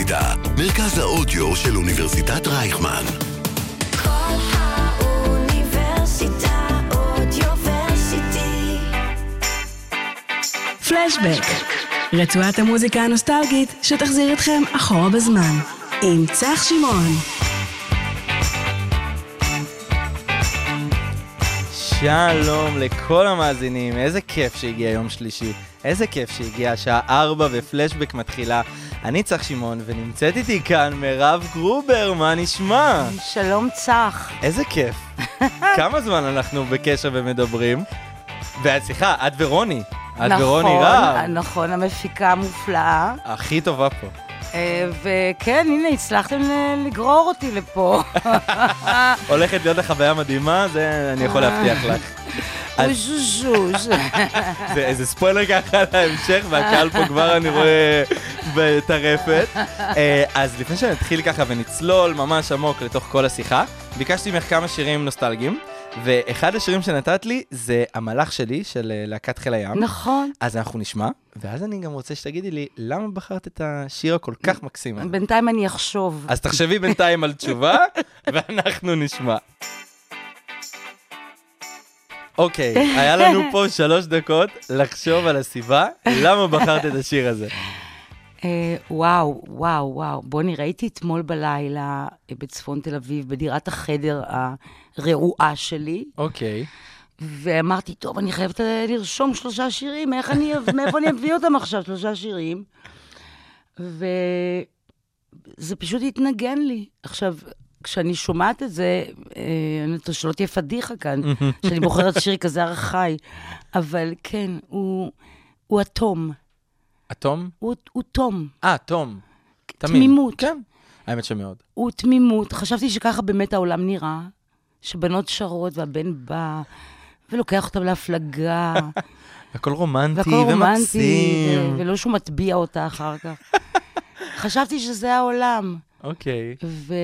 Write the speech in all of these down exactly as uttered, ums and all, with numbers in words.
האוניברסיטה, מרכז האודיו של אוניברסיטת רייכמן. כל האוניברסיטה אודיוורסיטי. פלשבק, רצועת המוזיקה הנוסטלגית שתחזיר אתכם אחורה בזמן, עם צח שמעון. שלום לכל המאזינים, איזה כיף שהגיע יום שלישי, איזה כיף שהגיע השעה ארבע ופלשבק מתחילה. אני צח שמעון ונמצאת איתי כאן מירב גרובר, מה נשמע? שלום צח. איזה כיף. כמה זמן אנחנו בקשר ומדברים? וסליחה, את ורוני. את ורוני רב. נכון, המפיקה המופלאה. הכי טובה פה. וכן, הנה, הצלחתם לגרור אותי לפה. הולכת להיות לחוויה מדהימה, זה אני יכול להבטיח לך. אוז'וז'וז'. זה איזה ספוילר ככה להמשך, והקהל פה כבר אני רואה בטרפת. אז לפני שנתחיל ככה ונצלול ממש עמוק לתוך כל השיחה, ביקשתי ממך כמה שירים נוסטלגיים, ואחד השירים שנתת לי זה המלאך שלי של להקת חיל הים. נכון. אז אנחנו נשמע, ואז אני גם רוצה שתגידי לי, למה בחרת את השיר הכל כך מקסים הזה? בינתיים אני אחשוב. אז תחשבי בינתיים על תשובה, ואנחנו נשמע. אוקיי, היה לנו פה שלוש דקות לחשוב על הסיבה, למה בחרת את השיר הזה? וואו, וואו, וואו. בוא נראה, הייתי אתמול בלילה בצפון תל אביב, בדירת החדר הרעועה שלי. אוקיי. ואמרתי, טוב, אני חייבת לרשום שלושה שירים, איך אני, מאיפה אני אביא אותם עכשיו, שלושה שירים? וזה פשוט התנגן לי. עכשיו, כשאני שומעת את זה, אני יודעת שלא תהיה פדיחה כאן, שאני בוחרת שיר כזה ארכאי, אבל כן, הוא, הוא אטום. אטום? הוא, הוא תום. אה, תום. תמימות. כן, האמת שמאוד. הוא תמימות. חשבתי שככה באמת העולם נראה, שבנות שרות והבן בא, ולוקח אותם להפלגה. הכל רומנטי והכל רומנטי, ומקסים. ולא שהוא מטביע אותה אחר כך. חשבתי שזה העולם. אוקיי. ו...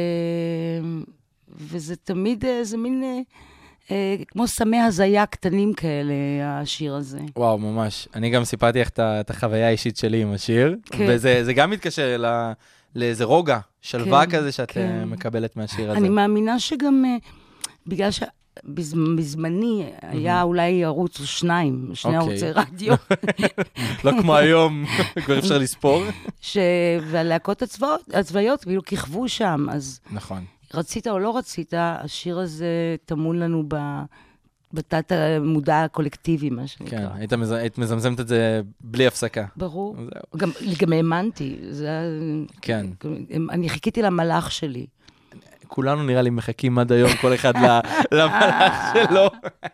וזה תמיד איזה מין, אה, אה, כמו סמי הזיה קטנים כאלה, השיר הזה. וואו, ממש. אני גם סיפרתי איך את החוויה האישית שלי עם השיר, כן. וזה גם מתקשר לא, לאיזה רוגע, שלווה כן, כזה שאת כן. מקבלת מהשיר הזה. אני מאמינה שגם, אה, בגלל שבזמני היה אולי ערוץ או שניים, שני אוקיי. ערוצי רדיו. לא כמו היום, כבר אפשר לספור. ש... והלהקות הצבאות, הצבאיות, כאילו כיכבו שם, אז נכון. רצית או לא רצית, השיר הזה תמון לנו ב... בתת המודע הקולקטיבי, מה שנקרא. כן, היית, מז... היית מזמזמת את זה בלי הפסקה. ברור. גם, גם האמנתי. זה... כן. אני חיכיתי למלאך שלי. כולנו נראה לי מחכים עד היום, כל אחד למלאך שלו.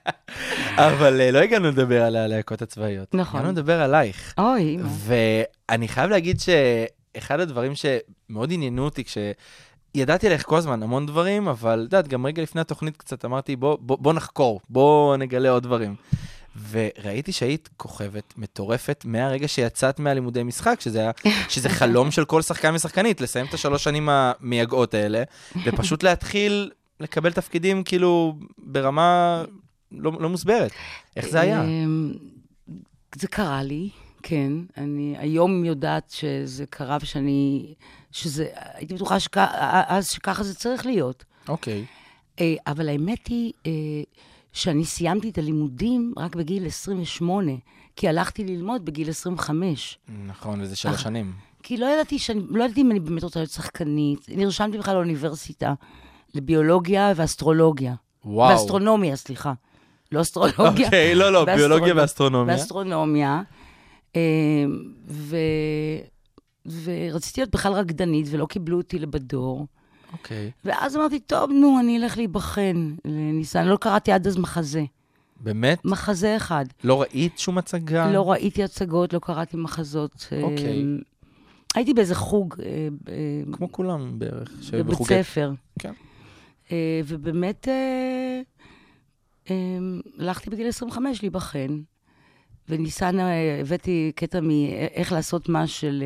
אבל לא הגענו לדבר על הלהקות הצבאיות. נכון. הגענו לדבר עלייך. אוי. ואני חייב להגיד שאחד הדברים שמאוד עניינו אותי, כשידעתי עליך כל הזמן המון דברים, אבל יודעת, גם רגע לפני התוכנית קצת אמרתי, בוא, בוא, בוא נחקור, בוא נגלה עוד דברים. וראיתי שהיית כוכבת מטורפת מהרגע שיצאת מהלימודי משחק, שזה, היה, שזה חלום של כל שחקן ושחקנית, לסיים את השלוש שנים המייגעות האלה, ופשוט להתחיל לקבל תפקידים כאילו ברמה לא, לא מוסברת. איך זה היה? זה קרה לי, כן. אני היום יודעת שזה קרה ושאני, שזה, הייתי בטוחה שכ, אז שככה זה צריך להיות. אוקיי. אבל האמת היא, שאני סיימתי את הלימודים רק בגיל עשרים ושמונה, כי הלכתי ללמוד בגיל עשרים וחמש. נכון, וזה שלוש שנים. כי לא ידעתי, שאני, לא ידעתי אם אני באמת רוצה להיות שחקנית. נרשמתי בכלל לאוניברסיטה, לביולוגיה ואסטרולוגיה. וואו. ואסטרונומיה, סליחה. לא אסטרולוגיה. אוקיי, לא, לא, ביולוגיה ואסטרונומיה. ואסטרונומיה. ו... ורציתי להיות בכלל רקדנית, ולא קיבלו אותי לבדור. אוקיי. ואז אמרתי, טוב, נו, אני אלך להיבחן לניסן. לא קראתי עד אז מחזה. באמת? מחזה אחד. לא ראית שום הצגה? לא ראיתי הצגות, לא קראתי מחזות. אוקיי. הייתי באיזה חוג. כמו כולם בערך. בבית ספר. כן. ובאמת, הלכתי בגיל עשרים וחמש להיבחן, וניסן, הבאתי קטע מאיך לעשות מה של...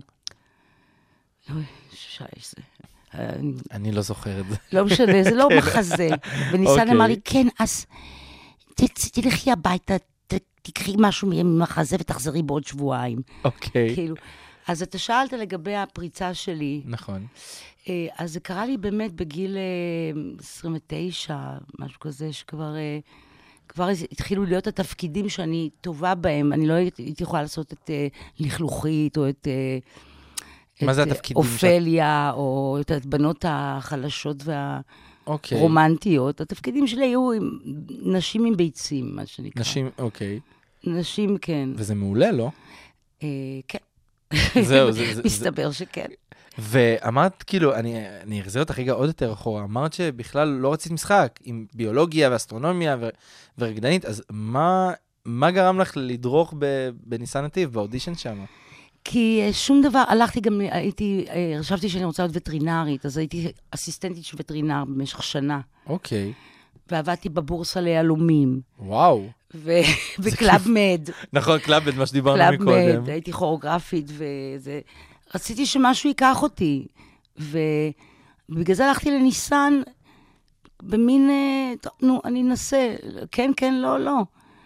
אוי, שי, זה... אני לא זוכר את זה. לא משנה, זה לא מחזה. וניסן אמר לי, כן, אז תלכי הביתה, תקחי משהו ממחזה ותחזרי בעוד שבועיים. אוקיי. כאילו, אז אתה שאלת לגבי הפריצה שלי. נכון. אז זה קרה לי באמת בגיל עשרים ותשע, משהו כזה, שכבר כבר התחילו להיות התפקידים שאני טובה בהם. אני לא הייתי יכולה לעשות את לכלוכית, או את... מה זה התפקידים? אופליה, או את הבנות החלשות והרומנטיות. התפקידים שלי היו נשים עם ביצים, מה שנקרא. נשים, אוקיי. נשים, כן. וזה מעולה, לא? כן. זהו, זה... מסתבר שכן. ואמרת, כאילו, אני, אני אחזיר אותך רגע עוד יותר אחורה, אמרת שבכלל לא רצית משחק, עם ביולוגיה ואסטרונומיה ו, ורקדנית, אז מה, מה גרם לך לדרוך ב, בניסן נתיב, באודישן שם? כי שום דבר, הלכתי גם, הייתי, חשבתי שאני רוצה להיות וטרינרית, אז הייתי אסיסטנטית של וטרינר במשך שנה. אוקיי. ועבדתי בבורסה ליהלומים. וואו. וקלאב מד. נכון, קלאב מד, מה שדיברנו מקודם. קלאב מד, הייתי כוריאוגרפית, וזה... רציתי שמשהו ייקח אותי, ובגלל זה הלכתי לניסן, במין, טוב, נו, אני אנסה, כן, כן, לא, לא.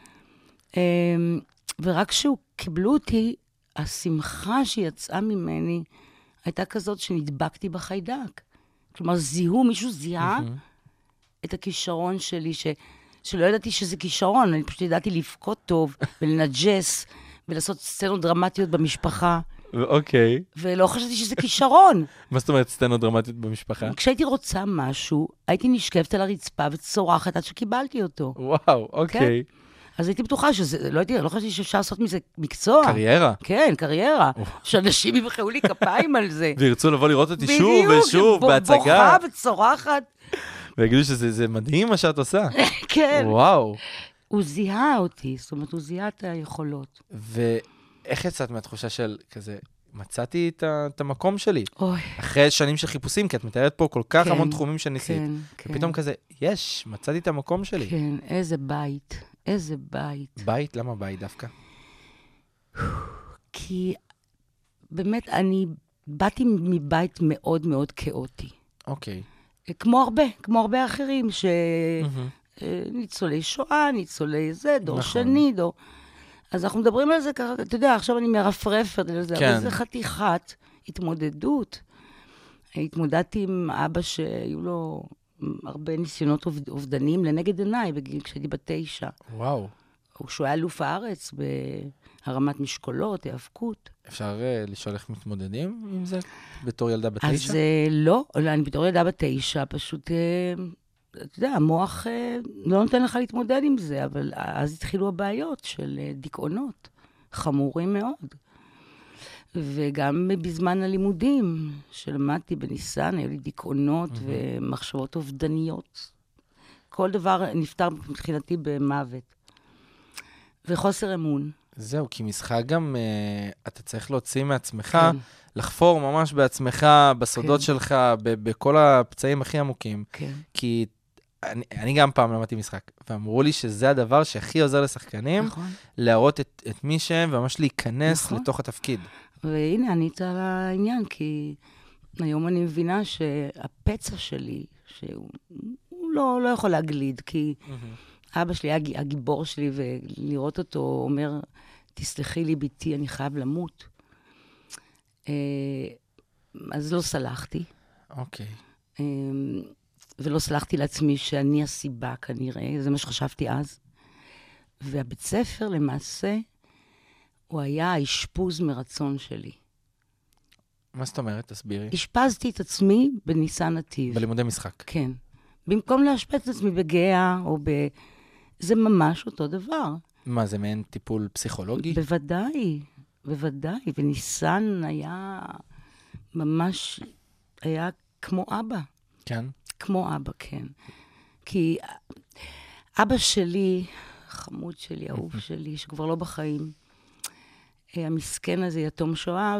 ורק כשהוא קיבלו אותי, השמחה שיצאה ממני, הייתה כזאת שנדבקתי בחיידק. כלומר, זיהו, מישהו זיהה את הכישרון שלי, ש... שלא ידעתי שזה כישרון, אני פשוט ידעתי לבכות טוב, ולנג'ס, ולעשות סצנות דרמטיות במשפחה. אוקיי. ולא חשבתי שזה כישרון. מה זאת אומרת סצנות דרמטיות במשפחה? כשהייתי רוצה משהו, הייתי נשכבת על הרצפה וצורחת עד שקיבלתי אותו. וואו, אוקיי. אז הייתי בטוחה שזה, לא הייתי, לא חשבתי שאפשר לעשות מזה מקצוע. קריירה. כן, קריירה. שאנשים ימחאו לי כפיים על זה. וירצו לבוא לראות אותי שוב ושוב, בהצגה. בוכה וצורחת. ויגידו שזה מדהים מה שאת עושה. כן. וואו. הוא זיהה אותי, זאת אומרת, הוא זיהה את היכולות. ואיך יצאת מהתחושה של כזה, מצאתי את המקום שלי? אוי. אחרי שנים של חיפושים, כי את מתארת פה כל כך המון תחומים שניסית. כן, כן. ופתאום כזה, יש, מצאתי את המקום שלי. כן, איזה בית, איזה בית. בית? למה בית דווקא? כי באמת, אני באתי מבית מאוד מאוד כאוטי. אוקיי. כמו הרבה, כמו הרבה אחרים, שניצולי שואה, ניצולי זה, דור שני, דור... אז אנחנו מדברים על זה ככה, אתה יודע, עכשיו אני מרפרפת על זה, אבל זה חתיכת התמודדות. התמודדתי עם אבא שהיו לו הרבה ניסיונות אובדניים לנגד עיניי, בגיל כשהייתי בתשע. וואו. שהוא היה אלוף הארץ בהרמת משקולות, היאבקות. אפשר לשאול איך מתמודדים עם זה בתור ילדה בתשע? אז לא, אני בתור ילדה בתשע, פשוט... אתה יודע, המוח לא נותן לך להתמודד עם זה, אבל אז התחילו הבעיות של דיכאונות, חמורים מאוד. וגם בזמן הלימודים, שלמדתי בניסן, היו לי דיכאונות mm-hmm. ומחשבות אובדניות. כל דבר נפטר מבחינתי במוות. וחוסר אמון. זהו, כי משחק גם, uh, אתה צריך להוציא מעצמך, כן. לחפור ממש בעצמך, בסודות כן. שלך, ב- בכל הפצעים הכי עמוקים. כן. כי אני, אני גם פעם למדתי משחק, ואמרו לי שזה הדבר שהכי עוזר לשחקנים, נכון. להראות את, את מי שהם, וממש להיכנס נכון. לתוך התפקיד. והנה, אני אצא לעניין, כי היום אני מבינה שהפצע שלי, שהוא לא, לא יכול להגליד, כי mm-hmm. אבא שלי היה הגיבור שלי, ולראות אותו אומר, תסלחי לי ביתי, אני חייב למות. אז לא סלחתי. אוקיי. Okay. ולא סלחתי לעצמי שאני הסיבה כנראה, זה מה שחשבתי אז. והבית ספר למעשה, הוא היה האשפוז מרצון שלי. מה זאת אומרת? תסבירי. השפזתי את עצמי בניסן נתיב. בלימודי משחק. כן. במקום להשפז את עצמי בגאה, או ב... זה ממש אותו דבר. מה, זה מעין טיפול פסיכולוגי? בוודאי, בוודאי. וניסן היה ממש, היה כמו אבא. כן. כמו אבא, כן. כי אבא שלי, חמוד שלי, אהוב שלי, שכבר לא בחיים, המסכן הזה יתום שואה,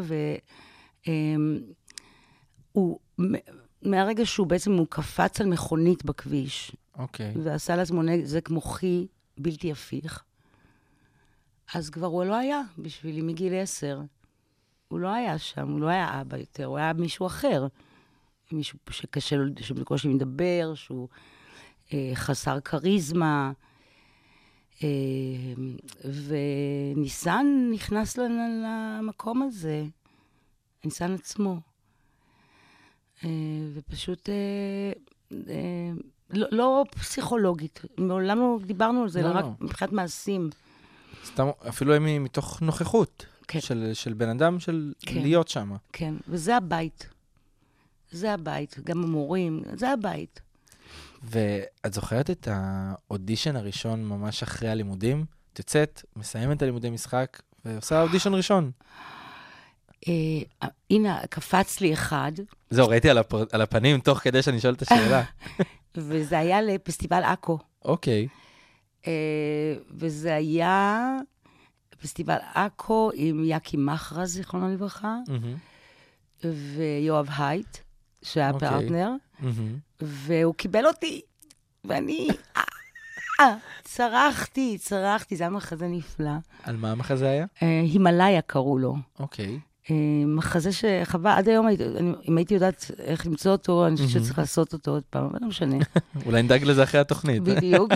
והוא, מהרגע שהוא בעצם, הוא קפץ על מכונית בכביש, אוקיי. ועשה לעצמו נזק מוחי בלתי הפיך, אז כבר הוא לא היה בשבילי מגיל עשר. הוא לא היה שם, הוא לא היה אבא יותר, הוא היה מישהו אחר. מישהו שקשה לו, שבקושי מדבר, שהוא אה, חסר קריזמה. אה, וניסן נכנס למקום הזה, הניסיון עצמו. אה, ופשוט אה, אה, לא, לא פסיכולוגית, מעולם לא דיברנו על זה, לא, אלא רק לא. מבחינת מעשים. סתם, אפילו הם מתוך נוכחות כן. של, של בן אדם, של כן. להיות שם. כן, וזה הבית. זה הבית, גם המורים, זה הבית. ואת זוכרת את האודישן הראשון ממש אחרי הלימודים? תצאת, מסיימת את הלימודי משחק, ועושה אודישן ראשון. אה, הנה, קפץ לי אחד, זהו, ראיתי על, הפר... על הפנים תוך כדי שאני שואל את השאלה. וזה היה לפסטיבל עכו. אוקיי. אה, וזה היה פסטיבל עכו עם יקי מחרז, זיכרונו לברכה, מהמם. ויואב הייט, שהיה אוקיי. פרטנר, מהמם. והוא קיבל אותי, ואני אה, אה, צרחתי, צרחתי, זה היה מחזה נפלא. על מה המחזה היה? אה, הימלאיה קראו לו. אוקיי. אה, מחזה שחווה, עד היום, הייתי- אני- אם הייתי יודעת איך למצוא אותו, אני חושבת שצריך לעשות אותו עוד פעם, אבל לא משנה. אולי נדאג לזה אחרי התוכנית. בדיוק.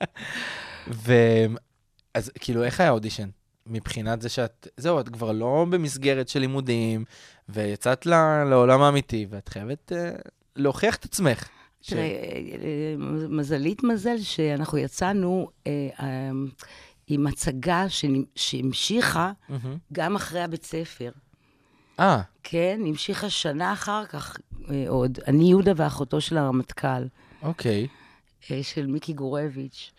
ואז כאילו, איך היה האודישן? מבחינת זה שאת, זהו, את כבר לא במסגרת של לימודים, ויצאת ל- לעולם האמיתי, ואת חייבת uh, להוכיח את עצמך. ש- תראה, אה, מזלית מזל שאנחנו יצאנו אה, אה, עם הצגה שנ- שהמשיכה מהמם. גם אחרי הבית ספר. אה, כן, המשיכה שנה אחר כך אה, עוד. אני יהודה ואחותו של הרמטכ"ל, אוקיי. אה, של מיקי גורביץ'.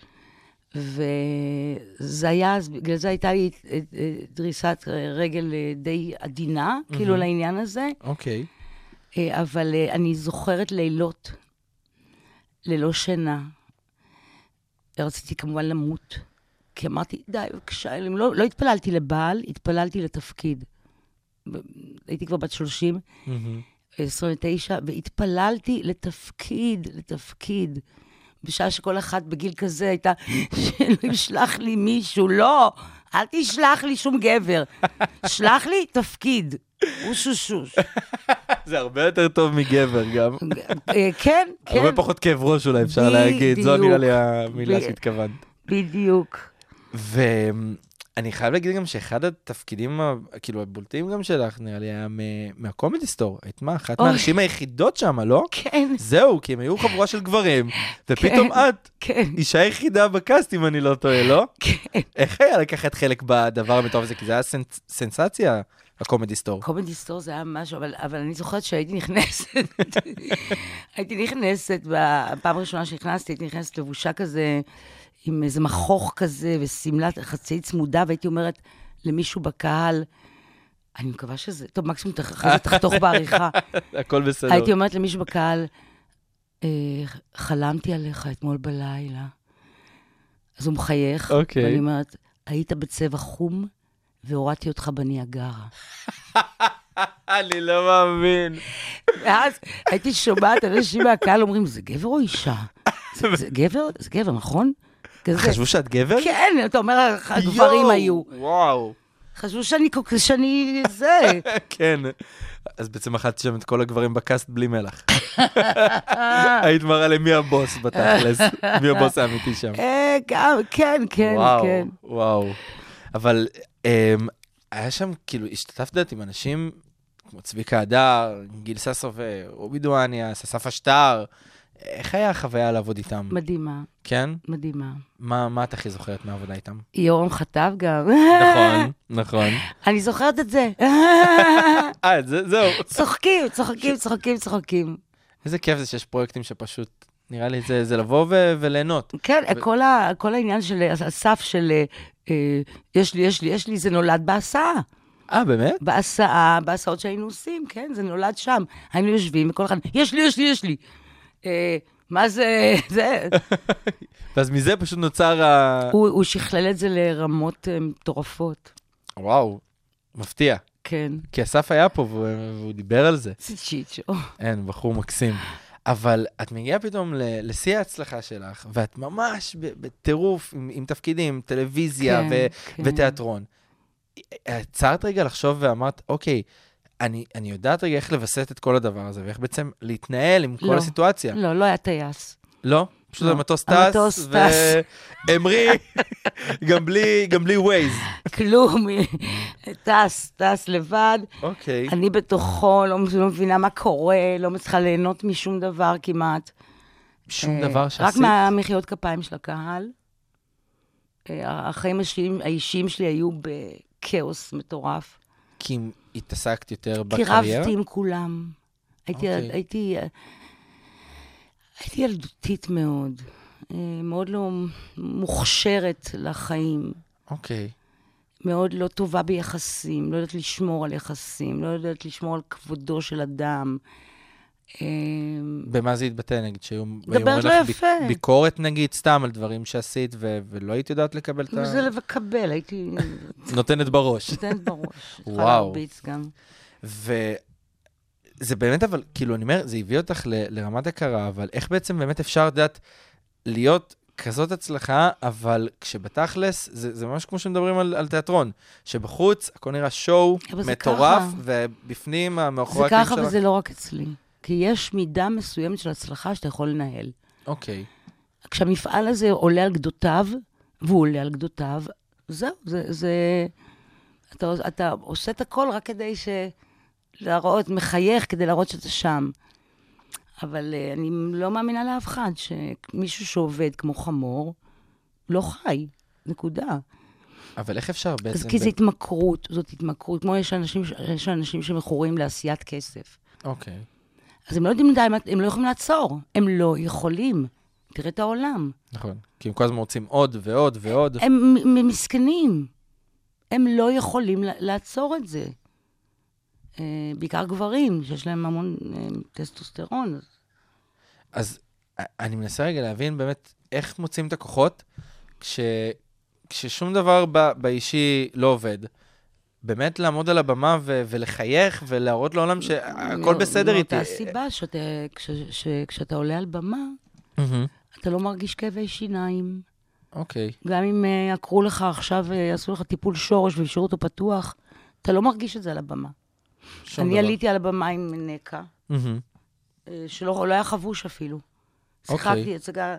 וזה היה, אז בגלל זה הייתה לי אה, אה, דריסת רגל אה, די עדינה, כאילו לעניין הזה. אוקיי. אה, אבל אה, אני זוכרת לילות, ללא שינה. רציתי כמובן למות. כי אמרתי, די, בבקשה, לא, לא התפללתי לבעל, התפללתי לתפקיד. ב- הייתי כבר בת שלושים, מהמם. עשרים ותשע, והתפללתי לתפקיד, לתפקיד. בשעה שכל אחת בגיל כזה הייתה, שלא ישלח לי מישהו, לא, אל תשלח לי שום גבר. שלח לי תפקיד. אושושוש. זה הרבה יותר טוב מגבר גם. אה, כן, כן. הרבה פחות כאב ראש אולי אפשר להגיד, זו בדיוק. נראה לי המילה ב- שהתכוונת. בדיוק. ואני חייב להגיד גם שאחד התפקידים, ה- כאילו, הבולטים גם שלך, נראה לי, היה מ- מהקומדי סטור. היית מה, אחת אוי. מהנשים היחידות שם, לא? כן, זהו, כי הם היו חבורה של גברים, ופתאום את, כן, אישה יחידה בקאסט, אם אני לא טועה, לא? כן. איך היה לקחת חלק בדבר המטורף הזה? כי זה היה סנ- סנסציה, הקומדי סטור. קומדי סטור זה היה משהו, אבל, אבל אני זוכרת שהייתי נכנסת, הייתי נכנסת, בפעם הראשונה שנכנסתי, הייתי נכנסת לבושה כזה, עם איזה מכוך כזה, וסמלת חצי צמודה, והייתי אומרת למישהו בקהל, אני מקווה שזה, טוב, מקסימום תח- אחרי זה תחתוך בעריכה. הכל בסדר. הייתי אומרת למישהו בקהל, "אה, חלמתי עליך אתמול בלילה. אז הוא מחייך, אוקיי. ואני אומרת, היית בצבע חום, והורדתי אותך בניאגרה. אני לא מאמין. ואז הייתי שומעת אנשים מהקהל אומרים, זה גבר או אישה? זה, זה גבר? זה גבר, נכון? כזה. חשבו שאת גבר? כן, אתה אומר, הגברים יואו, היו. וואו. חשבו שאני, כל- שאני זה. כן. אז בעצם אכלתי שם את כל הגברים בקאסט בלי מלח. היית מראה למי הבוס בתכלס. מי הבוס האמיתי שם. אה, גם, כן, כן, וואו, כן. וואו. אבל אמ, היה שם, כאילו, השתתפת עם אנשים כמו צביקה הדר, גיל ססו ורובי דואניה, ססף אשטר. איך היה החוויה לעבוד איתם? מדהימה, כן? מדהימה. מה מה את הכי זוכרת מהעבודה איתם? יורם חטב גם. נכון, נכון. אני זוכרת את זה. אה, זה- זהו. צוחקים, צוחקים, צוחקים, צוחקים. איזה כיף זה שיש פרויקטים שפשוט, נראה לי, זה זה לבוא ו- וליהנות. כן, כל ה- כל העניין של הסף של אה, יש לי, יש לי, יש לי, זה נולד בהסעה. אה, באמת? בהסעה, בהסעות שהיינו עושים, כן, זה נולד שם. היינו יושבים, וכל אחד, יש לי, יש לי, יש לי. אה, מה זה, זה? ואז מזה פשוט נוצר ה... הוא הוא שכלל את זה לרמות אה, מטורפות. וואו, מפתיע. כן. כי אסף היה פה והוא והוא דיבר על זה. זה צ'יצ'ו. אין, בחור מקסים. אבל את מגיעה פתאום ל- לשיא ההצלחה שלך, ואת ממש ב- בטירוף עם, עם תפקידים, טלוויזיה כן, ו- כן. ותיאטרון. עצרת רגע לחשוב ואמרת, אוקיי, אני, אני יודעת רגע איך לווסת את כל הדבר הזה, ואיך בעצם להתנהל עם כל לא. הסיטואציה. לא, לא היה טייס. לא? פשוט לא. המטוס המטוס טס, טס. ואמרי, גם בלי, גם בלי ווייז. כלום, טס, טס לבד. אוקיי. אני בתוכו, לא, לא מבינה מה קורה, לא מצליחה ליהנות משום דבר כמעט. שום דבר שעשית? רק מהמחיאות כפיים של הקהל. החיים האישיים שלי היו בכאוס מטורף. כי התעסקת יותר כי בקריירה? רבתי עם כולם. הייתי, אוקיי. הייתי, הייתי ילדותית מאוד. מאוד לא מוכשרת לחיים. אוקיי. מאוד לא טובה ביחסים, לא יודעת לשמור על יחסים, לא יודעת לשמור על כבודו של אדם. במה זה התבטא, נגיד, שהיו מדברת לא יפה. ביקורת, נגיד, סתם על דברים שעשית, ו- ולא היית יודעת לקבל את ה... זה לקבל, הייתי... נותנת בראש. נותנת בראש. וואו. להרביץ גם. וזה באמת, אבל, כאילו, אני אומר, זה הביא אותך ל- לרמת הכרה, אבל איך בעצם באמת אפשר לדעת להיות כזאת הצלחה, אבל כשבתכלס, זה, זה ממש כמו שמדברים על, על תיאטרון, שבחוץ הכל נראה שואו מטורף, ובפנים המאחורי הקלעים שלך. זה ככה וזה לא רק אצלי. כי יש מידה מסוימת של הצלחה שאתה יכול לנהל. אוקיי. כשהמפעל הזה עולה על גדותיו, והוא עולה על גדותיו, זהו, זה... זה אתה, אתה עושה את הכל רק כדי ש... להראות, מחייך כדי להראות שאתה שם. אבל uh, אני לא מאמינה לאף אחד שמישהו שעובד כמו חמור, לא חי, נקודה. אבל איך אפשר בעצם... אז כי ב... זה התמכרות, זאת התמכרות. כמו יש אנשים, יש אנשים שמכורים לעשיית כסף. אוקיי. אז הם לא יודעים, הם, הם לא יכולים לעצור. הם לא יכולים. תראה את העולם. נכון. כי הם כל הזמן רוצים עוד ועוד ועוד. הם, הם מסכנים. הם לא יכולים לעצור את זה. Uh, בעיקר גברים, שיש להם המון uh, טסטוסטרון. אז אני מנסה רגע להבין באמת איך מוצאים את הכוחות, כש, כששום דבר ב, באישי לא עובד. באמת לעמוד על הבמה ו, ולחייך ולהראות לעולם שהכל בסדר איתי. מאותה סיבה שאתה, כש, ש, כשאתה עולה על במה, אתה לא מרגיש כאבי שיניים. אוקיי. גם אם uh, עקרו לך עכשיו, uh, עשו לך טיפול שורש והשאירו אותו פתוח, אתה לא מרגיש את זה על הבמה. אני דבר. עליתי על הבמה עם נקע, mm-hmm. שלא לא היה חבוש אפילו. שיחקתי, okay. הצגה,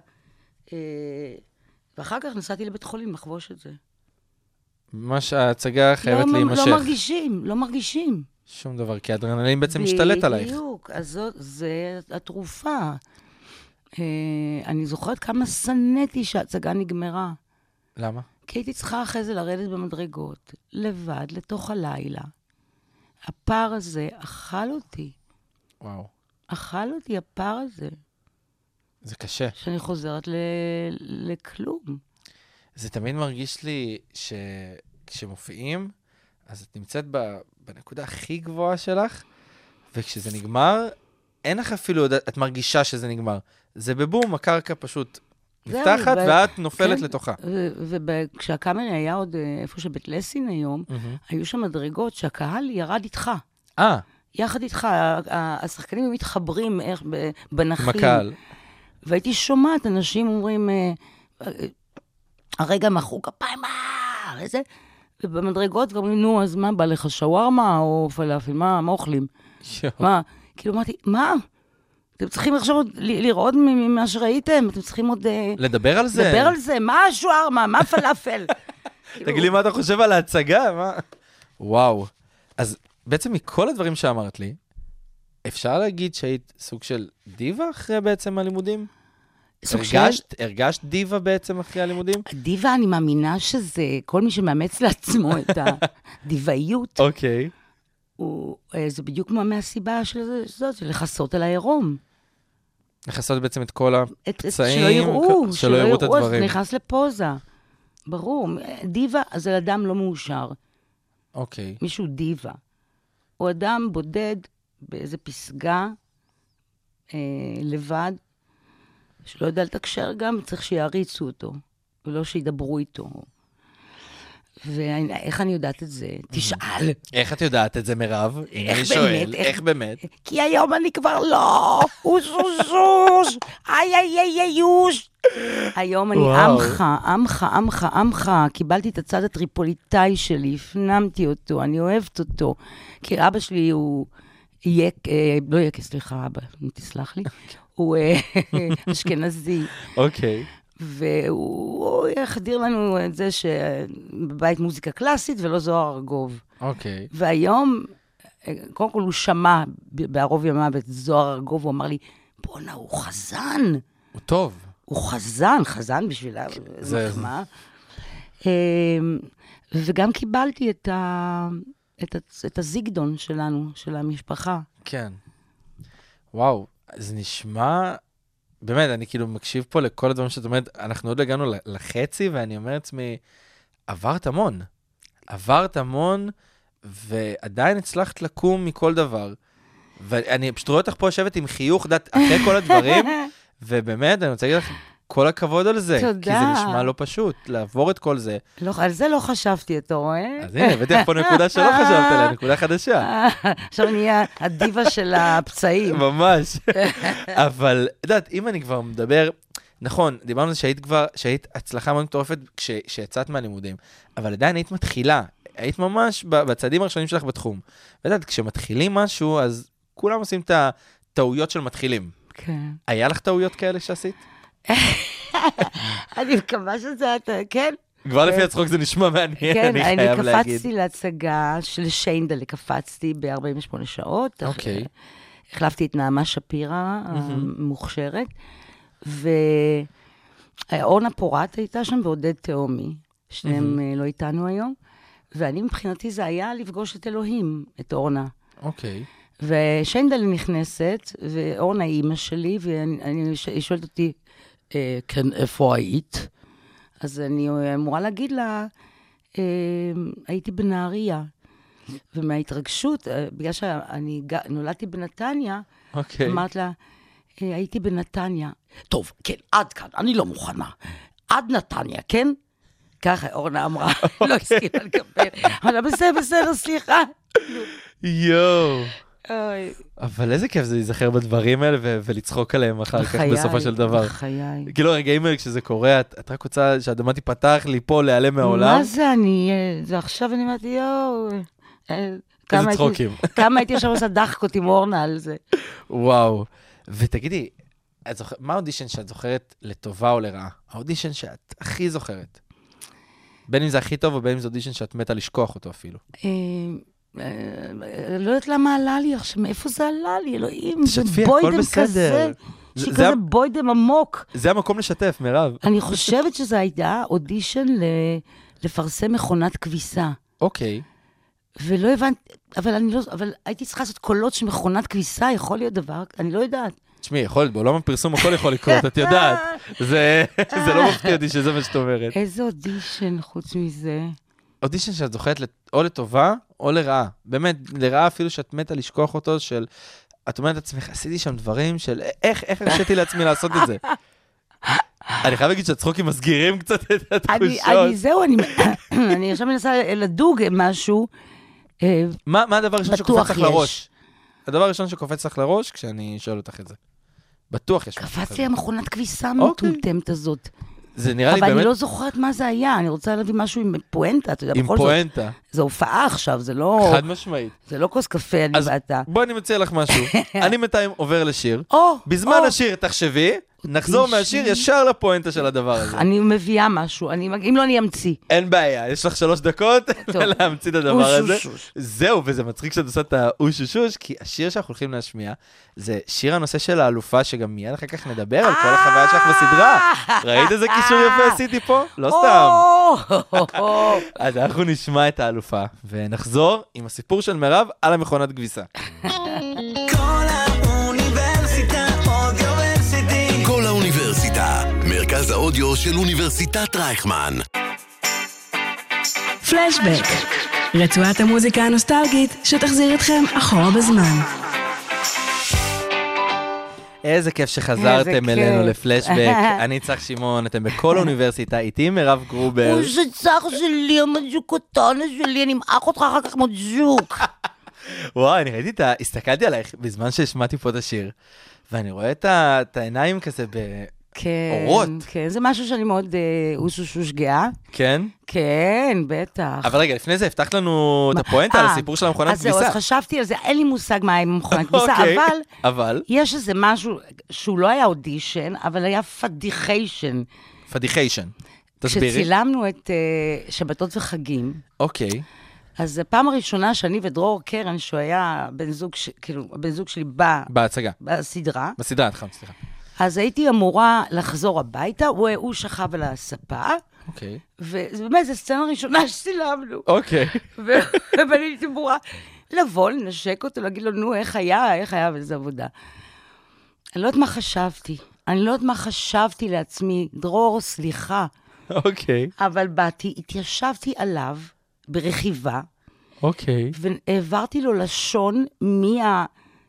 ואחר כך נסעתי לבית חולים לחבוש את זה. מה שההצגה חייבת לא, להימשך. לא מרגישים, לא מרגישים. שום דבר, כי האדרנלין בעצם משתלט עלייך. בדיוק, אז זאת, זה התרופה. אני זוכרת כמה סנתי שההצגה נגמרה. למה? כי הייתי צריכה אחרי זה לרדת במדרגות, לבד, לתוך הלילה. הפער הזה אכל אותי. וואו. אכל אותי הפער הזה. זה קשה. שאני חוזרת ל... לכלום. זה תמיד מרגיש לי שכשמופיעים, אז את נמצאת בנקודה הכי גבוהה שלך, וכשזה נגמר, אין לך אפילו, את מרגישה שזה נגמר. זה בבום, הקרקע פשוט נפתחת, ואת נופלת לתוכה. וכשהקאמרי היה עוד איפה שבית לסין היום, היו שם מדרגות שהקהל ירד איתך. אה. יחד איתך, השחקנים מתחברים איך בנחים. מקל. והייתי שומעת, אנשים אומרים, הרגע מחאו כפיים, מה? איזה? ובמדרגות ואומרים, נו, אז מה, בא לך שווארמה או פלאפל? מה, מה אוכלים? מה? כאילו אמרתי, מה? אתם צריכים עכשיו עוד לראות ממה שראיתם, אתם צריכים עוד... לדבר על זה. לדבר על זה, מה השווארמה, מה פלאפל? תגידי מה אתה חושב על ההצגה, מה? וואו. אז בעצם מכל הדברים שאמרת לי, אפשר להגיד שהיית סוג של דיבה אחרי בעצם הלימודים? הרגשת, הרגשת דיבה בעצם אחרי הלימודים? דיבה, אני מאמינה שזה כל מי שמאמץ לעצמו את הדיבאיות. אוקיי. זה בדיוק מהסיבה של זאת, של לחסות על העירום. לחסות בעצם את כל הפצעים, שלא יראו, שלא יראו את הדברים. זה נכנס לפוזה. ברור. דיבה, זה אדם לא מאושר. אוקיי. מישהו דיבה. הוא אדם בודד באיזה פסגה, אה, לבד, שלא יודע לתקשר גם, צריך שיעריצו אותו, ולא שידברו איתו. ואיך אני יודעת את זה? תשאל. איך את יודעת את זה, מירב? אני שואל, איך באמת? כי היום אני כבר לא, אוש אוש אוש, איי איי איי איי אוש. היום אני עמך, עמך, עמך, עמך, קיבלתי את הצד הטריפוליטאי שלי, הפנמתי אותו, אני אוהבת אותו, כי אבא שלי הוא יק, לא יקה, סליחה, אבא, תסלח לי, הוא אשכנזי. אוקיי. והוא יחדיר לנו את זה שבבית מוזיקה קלאסית ולא זוהר ארגוב. אוקיי. והיום, קודם כל הוא שמע בערוב ימיו את זוהר ארגוב, הוא אמר לי, בונה, הוא חזן. הוא טוב. הוא חזן, חזן בשבילה, זה מחמאה. וגם קיבלתי את, ה, את, את הזיגדון שלנו, של המשפחה. כן. וואו, זה נשמע, באמת, אני כאילו מקשיב פה לכל הדברים שאת אומרת, אנחנו עוד הגענו לחצי, ואני אומר לעצמי, עברת המון. עברת המון, ועדיין הצלחת לקום מכל דבר. ואני פשוט רואה אותך פה יושבת עם חיוך, דת, אחרי כל הדברים, ובאמת, אני רוצה להגיד לך, כל הכבוד על זה. תודה. כי זה נשמע לא פשוט, לעבור את כל זה. לא, על זה לא חשבתי, אתה רואה? אז הנה, הבאתי לך פה נקודה שלא חשבת עליה, נקודה חדשה. עכשיו אני אהיה הדיבה של הפצעים. ממש. אבל, יודעת, אם אני כבר מדבר, נכון, דיברנו על זה שהיית כבר, שהיית הצלחה מאוד מטורפת כשיצאת מהלימודים, אבל עדיין היית מתחילה, היית ממש בצעדים הראשונים שלך בתחום. ויודעת, כשמתחילים משהו, אז כולם עושים את הטעויות של מתחילים. כן. היה לך טעויות כאלה שעשית? אני מקווה שזה, כן. כבר לפי הצחוק זה נשמע מעניין, אני חייב להגיד. כן, אני קפצתי להצגה של שיינדל, קפצתי ב-ארבעים ושמונה שעות. אוקיי. החלפתי את נעמה שפירה, המוכשרת, ואורנה פורט הייתה שם, ועודד תאומי, שניהם לא איתנו היום, ואני מבחינתי זה היה לפגוש את אלוהים, את אורנה. אוקיי. ושיינדל נכנסת, ואורנה היא אימא שלי, והיא שואלת אותי, כן, איפה היית? אז אני אמורה להגיד לה, הייתי בנהריה. ומההתרגשות, בגלל שאני נולדתי בנתניה, אמרת לה, הייתי בנתניה. טוב, כן, עד כאן, אני לא מוכנה. עד נתניה, כן? ככה אורנה אמרה, לא הסכימה לקבל. אבל בסדר, בסדר, סליחה. יואו. אבל איזה כיף זה להיזכר בדברים האלה ולצחוק עליהם אחר כך בסופו של דבר. בחיי. כאילו הרגעים האלה כשזה קורה, את רק רוצה שהאדמה תיפתח, ליפול, להיעלם מהעולם. מה זה אני, זה עכשיו אני אומרת, יואו. איזה צחוקים. כמה הייתי עכשיו עושה דחקות עם אורנה על זה. וואו. ותגידי, מה האודישן שאת זוכרת לטובה או לרעה? האודישן שאת הכי זוכרת. בין אם זה הכי טוב או בין אם זה אודישן שאת מתה לשכוח אותו אפילו. לא יודעת למה עלה לי עכשיו, מאיפה זה עלה לי, אלוהים, זה תשתפי, הכל בוידם בסדר. כזה, שכזה בוידם עמוק. זה המקום לשתף, מירב. אני חושבת שזה הייתה אודישן לפרסם מכונת כביסה. אוקיי. ולא הבנתי, אבל אני לא, אבל הייתי צריכה לעשות קולות של מכונת כביסה, יכול להיות דבר, אני לא יודעת. תשמעי, יכול להיות, בעולם הפרסום הכל יכול לקרות, את יודעת. זה לא מפתיע אותי שזה מה שאת אומרת. איזה אודישן חוץ מזה? אודישן שאת זוכרת או לטובה או לרעה. באמת, לרעה אפילו שאת מתה לשכוח אותו, של, את אומרת לעצמך, עשיתי שם דברים של, איך, איך הרשיתי לעצמי לעשות את זה? אני חייב להגיד שהצחוקים מסגירים קצת את התחושות. אני, זהו, אני עכשיו מנסה לדוג משהו. מה הדבר הראשון שקופץ לך לראש? הדבר הראשון שקופץ לך לראש, כשאני שואל אותך את זה. בטוח יש. קפץ לי המכונת כביסה המטומטמת הזאת. זה נראה לי באמת... אבל אני לא זוכרת מה זה היה, אני רוצה להביא משהו עם פואנטה, אתה יודע, עם פואנטה. זו הופעה עכשיו, זה לא... חד משמעית. זה לא כוס קפה, אני ואתה. בואי אני מציע לך משהו. אני מתי עובר לשיר. בזמן השיר תחשבי, נחזור מהשיר ישר לפואנטה של הדבר הזה. אני מביאה משהו, אם לא אני אמציא. אין בעיה, יש לך שלוש דקות להמציא את הדבר הזה. זהו, וזה מצחיק שאת עושה את האושושוש, כי השיר שאנחנו הולכים להשמיע, זה שיר הנושא של האלופה, שגם מיד אחר כך נדבר על כל החוויה שלך בסדרה. ראית איזה קישור יפה עשיתי פה? לא סתם. אז אנחנו נשמע את האלופה, ונחזור עם הסיפור של מירב על המכונת כביסה. כל האוניברסיטה, מרכז האודיו של אוניברסיטת רייכמן. פלשבק, רצועת המוזיקה הנוסטלגית שתחזיר אתכם אחורה בזמן. איזה כיף שחזרתם אלינו לפלשבק. אני צח שמעון, אתם בכל האוניברסיטה, איתי מירב גרובר. אוי, זה צח שלי, המג'וק קטנה שלי, אני אמאח אותך אחר כך מג'וק. וואי, אני ראיתי את ה... הסתכלתי עלייך בזמן שהשמעתי פה את השיר, ואני רואה את העיניים כזה באורות. כן, זה משהו שאני מאוד אושושוש גאה. כן? כן, בטח. אבל רגע, לפני זה הבטחת לנו את הפואנטה על הסיפור של המכונת כביסה. אז זהו, אז חשבתי על זה, אין לי מושג מה עם מכונת כביסה, אבל יש איזה משהו שהוא לא היה אודישן, אבל היה פדיחיישן. פדיחיישן. תסבירי. כשצילמנו את uh, שבתות וחגים, אוקיי. אז הפעם הראשונה שאני ודרור קרן, שהוא היה בן זוג, ש... כאילו, הבן זוג שלי בא... בהצגה. בסדרה. בסדרה, נכון, סליחה. אז הייתי אמורה לחזור הביתה, הוא, הוא שכב על הספה, אוקיי. ובאמת, זו סצנה ראשונה שצילמנו. אוקיי. ואני הייתי אמורה לבוא, לנשק אותו, להגיד לו, נו, איך היה, איך היה, וזו עבודה. אני לא יודעת מה חשבתי. אני לא יודעת מה חשבתי לעצמי. דרור, סליחה. אוקיי. אבל באתי, התיישבתי עליו ברכיבה, אוקיי. והעברתי לו לשון מה...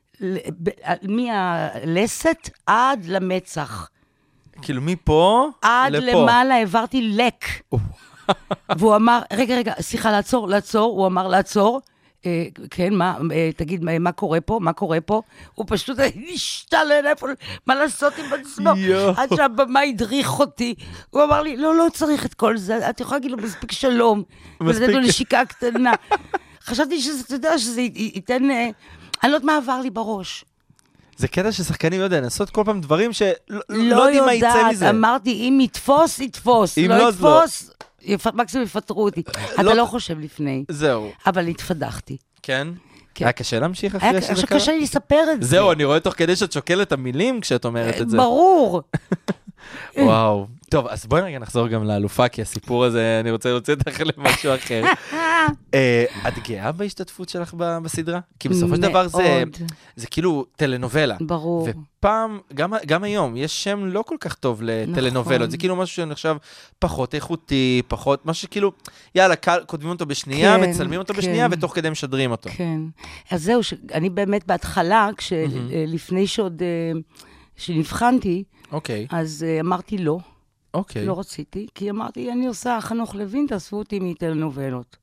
מהלסת עד למצח. כאילו מפה עד לפה. למעלה העברתי לק. והוא אמר, רגע, רגע, סליחה, לעצור, לעצור. הוא אמר, לעצור. אה, כן, מה, אה, תגיד, מה, מה קורה פה? מה קורה פה? הוא פשוט השתלן איפה, מה לעשות עם עצמו? עד שהבמה הדריך אותי. הוא אמר לי, לא, לא צריך את כל זה. את יכולה להגיד לו, מספיק שלום. ולתת לו נשיקה קטנה. חשבתי שזה, אתה יודע, שזה ייתן... אני לא יודעת מה עבר לי בראש. זה קטע ששחקנים יודע, לעשות כל פעם דברים שלא לא יודעים מה יצא מזה. אמרתי, אם יתפוס, יתפוס. אם לא לא, יתפוס, מקסימום יפטרו אותי. אתה לא חושב לפני. זהו. אבל התפדחתי. כן? כן. היה קשה להמשיך אחרי שזה היה קרה? קשה לי לספר את זה. זהו, אני רואה תוך כדי שאת שוקלת המילים כשאת אומרת את זה. ברור. וואו. טוב, אז בואי רגע נחזור גם לאלופה, כי הסיפור הזה, אני רוצה להוציא אותך למשהו אחר. את גאה בהשתתפות שלך בסדרה? כי בסופו של דבר זה כאילו טלנובלה. ברור. ופעם, גם היום, יש שם לא כל כך טוב לטלנובלות. זה כאילו משהו שנחשב פחות איכותי, פחות, משהו שכאילו, יאללה, כותבים אותו בשנייה, מצלמים אותו בשנייה, ותוך כדי משדרים אותו. כן. אז זהו, אני באמת בהתחלה, לפני שעוד, שנבחנתי, אז אמרתי לא. אוקיי. לא רציתי, כי אמרתי, אני עושה חנוך לוין, תאספו אותי מטלנובלות.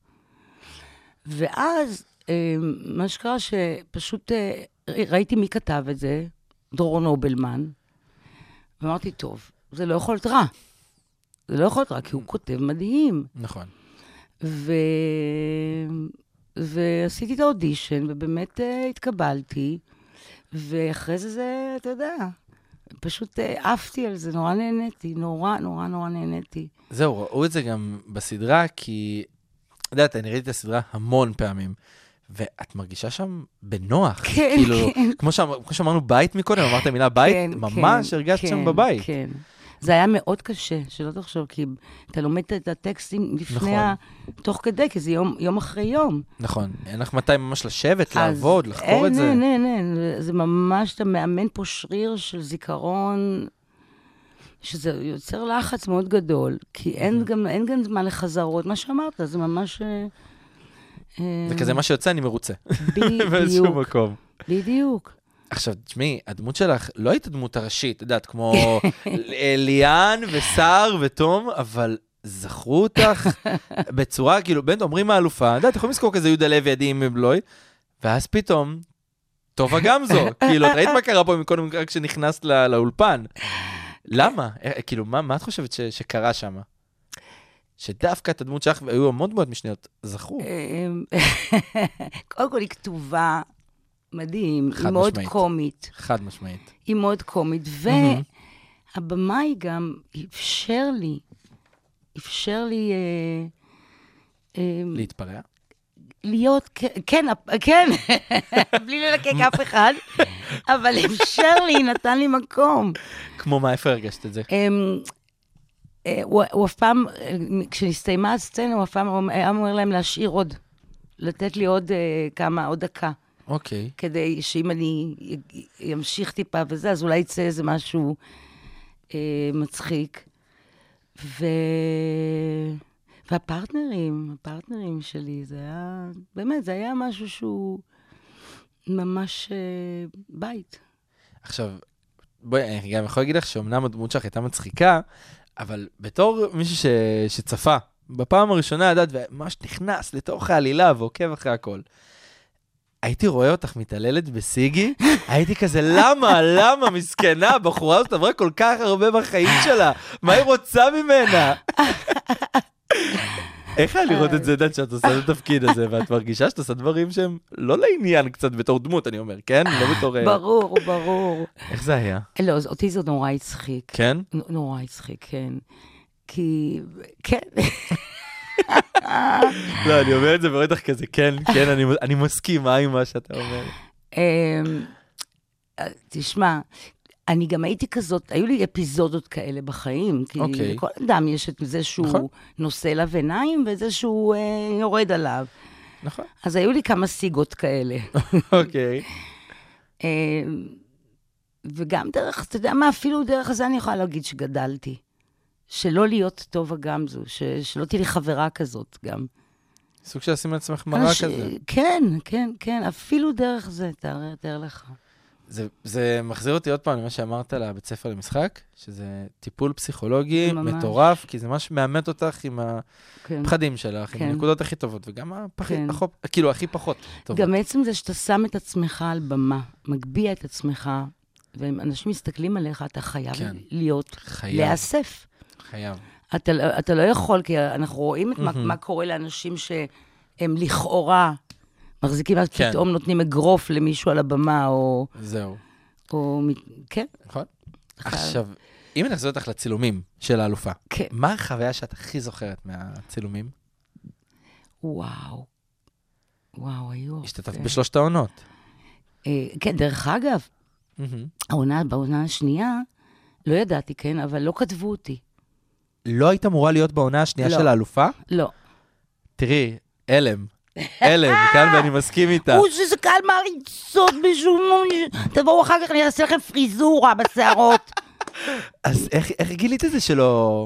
ואז, מה שקרה שפשוט ראיתי מי כתב את זה, דרור נובלמן, ואמרתי, טוב, זה לא יכול להיות רע. זה לא יכול להיות רע, כי הוא כותב מדהים. נכון. ו... ועשיתי את האודישן, ובאמת התקבלתי, ואחרי זה, זה, אתה יודע... פשוט עפתי על זה, נורא נהניתי, נורא, נורא, נורא נהניתי. זהו, ראו את זה גם בסדרה, כי, יודעת, אני ראיתי את הסדרה המון פעמים, ואת מרגישה שם בנוח. כן, כאילו, כן. כמו, שאמר, כמו שאמרנו בית מקודם, אמרת המילה בית, כן, ממש כן, הרגשת כן, שם בבית. כן, זה היה מאוד קשה, שלא תחשוב, כי אתה לומד את הטקסטים לפני, נכון. ה... תוך כדי, כי זה יום, יום אחרי יום. נכון, אין לך מתי ממש לשבת, לעבוד, לחקור אין, את זה. אין, אין, אין, זה ממש, אתה מאמן פה שריר של זיכרון, שזה יוצר לחץ מאוד גדול, כי אין גם, אין גם זמן לחזרות, מה שאמרת, זה ממש... זה כזה מה שיוצא, אני מרוצה. בדיוק. באיזשהו מקום. בדיוק. עכשיו, תשמעי, הדמות שלך לא הייתה דמות הראשית, את יודעת, כמו ליאן וסער ותום, אבל זכרו אותך בצורה, כאילו, בין אומרים האלופה, את יודעת, יכולים לזכור כזה יהודה לוי ידי עם מבלוי, ואז פתאום, טובה גם זו. כאילו, את ראית מה קרה פה מקודם כשנכנסת לאולפן? למה? כאילו, מה את חושבת שקרה שם? שדווקא את הדמות שלך, והיו המון דמות משניות, זכרו. קודם כל היא כתובה, מדהים, היא מאוד קומית. חד משמעית. היא מאוד קומית, והבמה היא גם אפשר לי, אפשר לי... להתפרע? להיות, כן, כן, בלי ללקק אף אחד, אבל אפשר לי, נתן לי מקום. כמו מה, איפה הרגשת את זה? הוא אף פעם, כשנסתיימה הסצנה, הוא אף פעם היה אומר להם להשאיר עוד, לתת לי עוד כמה, עוד דקה. אוקיי. כדי שאם אני אמשיך טיפה וזה, אז אולי יצא איזה משהו אה, מצחיק. ו... והפרטנרים, הפרטנרים שלי, זה היה, באמת, זה היה משהו שהוא ממש אה, בית. עכשיו, בואי, אני גם יכול להגיד לך שאומנם הדמות שלך הייתה מצחיקה, אבל בתור מישהו ש... שצפה, בפעם הראשונה, ידעת, וממש נכנס לתוך העלילה ועוקב אחרי הכל. הייתי רואה אותך מתעללת בסיגי, הייתי כזה, למה, למה, מסכנה, בחורה הזאת עברה כל כך הרבה בחיים שלה, מה היא רוצה ממנה? איך היה לראות את זה, דעת, שאת עושה את התפקיד הזה, ואת מרגישה שאת עושה דברים שהם לא לעניין קצת בתור דמות, אני אומר, כן? לא בתור... ברור, ברור. איך זה היה? לא, אותי זה נורא הצחיק. כן? נורא הצחיק, כן. כי, כן. לא, אני אומר את זה בטח כזה, כן, כן, אני מסכימה עם מה שאתה אומר. תשמע, אני גם הייתי כזאת, היו לי אפיזודות כאלה בחיים, כי לכל אדם יש את זה שהוא נושא אליו עיניים, וזה שהוא יורד עליו. נכון. אז היו לי כמה סיגות כאלה. אוקיי. וגם דרך, אתה יודע מה, אפילו דרך הזה אני יכולה להגיד שגדלתי. שלא להיות טובה גם זו, שלא תהיה לי חברה כזאת גם. סוג של לשים לעצמך מראה כזה. כן, כן, כן, אפילו דרך זה, תאר לך. זה, זה מחזיר אותי עוד פעם למה שאמרת על הבית ספר למשחק, שזה טיפול פסיכולוגי מטורף, כי זה ממש מאמת אותך עם הפחדים שלך, עם הנקודות הכי טובות, וגם כאילו הכי פחות טובות. גם בעצם זה שאתה שם את עצמך על במה, מגביע את עצמך, ואנשים מסתכלים עליך, אתה חייב להיות, להיאסף. חייב. אתה, אתה לא יכול, כי אנחנו רואים את מה, מה קורה לאנשים שהם לכאורה, מחזיקים, אז כן. פתאום נותנים אגרוף למישהו על הבמה, או... זהו. או... כן. נכון. עכשיו, אם נחזור אותך לצילומים של האלופה, כן. מה החוויה שאת הכי זוכרת מהצילומים? וואו. וואו, היו... השתתפת בשלושת העונות. אה, כן, דרך אגב, העונה, בעונה השנייה, לא ידעתי, כן, אבל לא כתבו אותי. לא היית אמורה להיות בעונה השנייה לא. של האלופה? לא. תראי, אלם. אלם, כאן ואני מסכים איתה. או שזה קהל מעריצות בשום... תבואו אחר כך, אני אעשה לכם פריזורה בשערות. אז איך, איך גילית את זה שלא...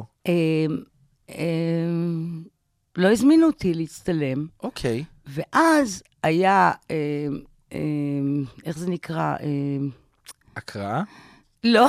לא הזמינו אותי להצטלם. אוקיי. ואז היה, איך זה נקרא? הקראה? לא,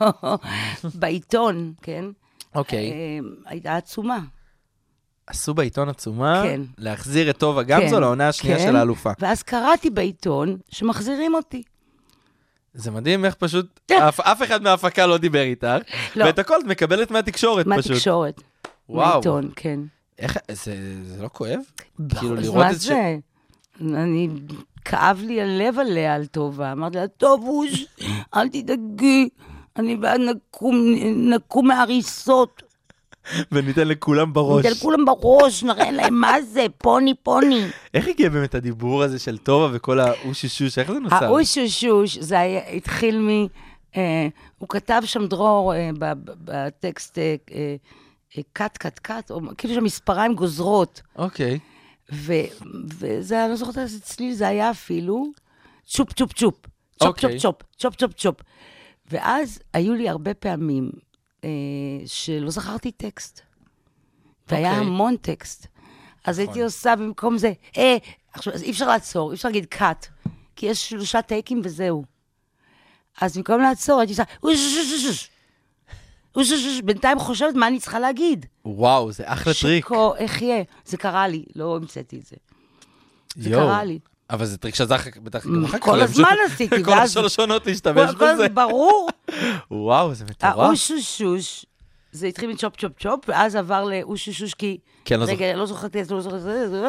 בעיתון, כן? אוקיי. הייתה עצומה. עשו בעיתון עצומה, כן. להחזיר את טובה גמזו לעונה השנייה של האלופה. ואז קראתי בעיתון שמחזירים אותי. זה מדהים איך פשוט, אף, אף אחד מההפקה לא דיבר איתך, לא. ואת הכל את מקבלת מהתקשורת פשוט. מהתקשורת. וואו. מהעיתון, כן. איך, זה, זה לא כואב? ב- כאילו אז לראות מה את זה? אני, כאב לי הלב עליה על טובה. אמרתי לה, טוב, אוש, אל תדאגי, אני בעד נקום, נקום מהריסות. וניתן לכולם בראש. ניתן לכולם בראש, נראה להם מה זה, פוני, פוני. איך הגיע באמת הדיבור הזה של טובה וכל האושושוש? איך זה נוצר? האושושוש, זה היה, התחיל מ... אה, הוא כתב שם דרור אה, בטקסט אה, אה, קט, קט, קט, או כאילו שהמספריים גוזרות. אוקיי. ו, וזה, אני לא זוכרת אצלי, זה היה אפילו צ'ופ, צ'ופ, צ'ופ. צ'ופ, אוקיי. צ'ופ, צ'ופ, צ'ופ, צ'ופ. ואז היו לי הרבה פעמים אה, שלא זכרתי טקסט. והיה אוקיי. המון טקסט. אז נכון. הייתי עושה במקום זה, אה, עכשיו, אז אי אפשר לעצור, אי אפשר להגיד קאט, כי יש שלושה טייקים וזהו. אז במקום לעצור, הייתי עושה, אוש, אוש, אוש, אוש, אוש, אוש, בינתיים חושבת מה אני צריכה להגיד. וואו, זה אחלה טריק. שכה, איך יהיה? זה קרה לי, לא המצאתי את זה. זה יו. קרה לי. אבל זה טריק שזך בטח גם אחר כך. כל הזמן עשיתי. כל השלוש עונות להשתמש בזה. ברור. וואו, זה מטורף. האושושוש, זה התחיל מצ'ופ צ'ופ צ'ופ, ואז עבר לאושושוש, כי... כן, לא זוכר. רגע, לא זוכרתי את זה, לא זוכרתי את זה.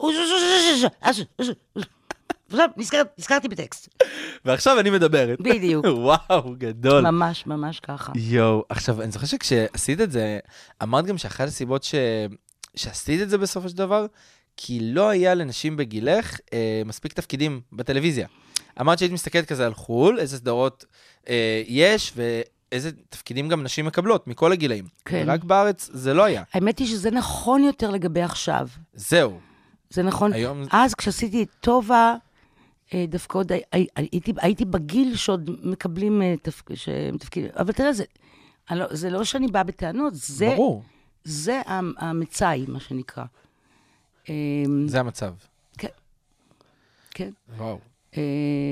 אושושוש, עכשיו נזכרתי בטקסט. ועכשיו אני מדברת. בדיוק. וואו, גדול. ממש, ממש ככה. יואו, עכשיו, אני זוכר שכשעשית את זה, אמרת גם שאחת הסיבות ש... שעשית את זה בסופו של דבר, כי לא היה לנשים בגילך אה, מספיק תפקידים בטלוויזיה. אמרת שהיית מסתכלת כזה על חול, איזה סדרות אה, יש, ואיזה תפקידים גם נשים מקבלות, מכל הגילאים. כן. רק בארץ זה לא היה. האמת היא שזה נכון יותר לגבי עכשיו. זהו. זה נכון. היום... אז כשעשיתי את טובה, אה, דווקא עוד הי, הי, הייתי, הייתי בגיל שעוד מקבלים אה, תפק, תפקידים. אבל תראה, זה, לא, זה לא שאני באה בטענות, זה, ברור. זה המצאי, מה שנקרא. זה המצב. כן. כן. וואו. אה,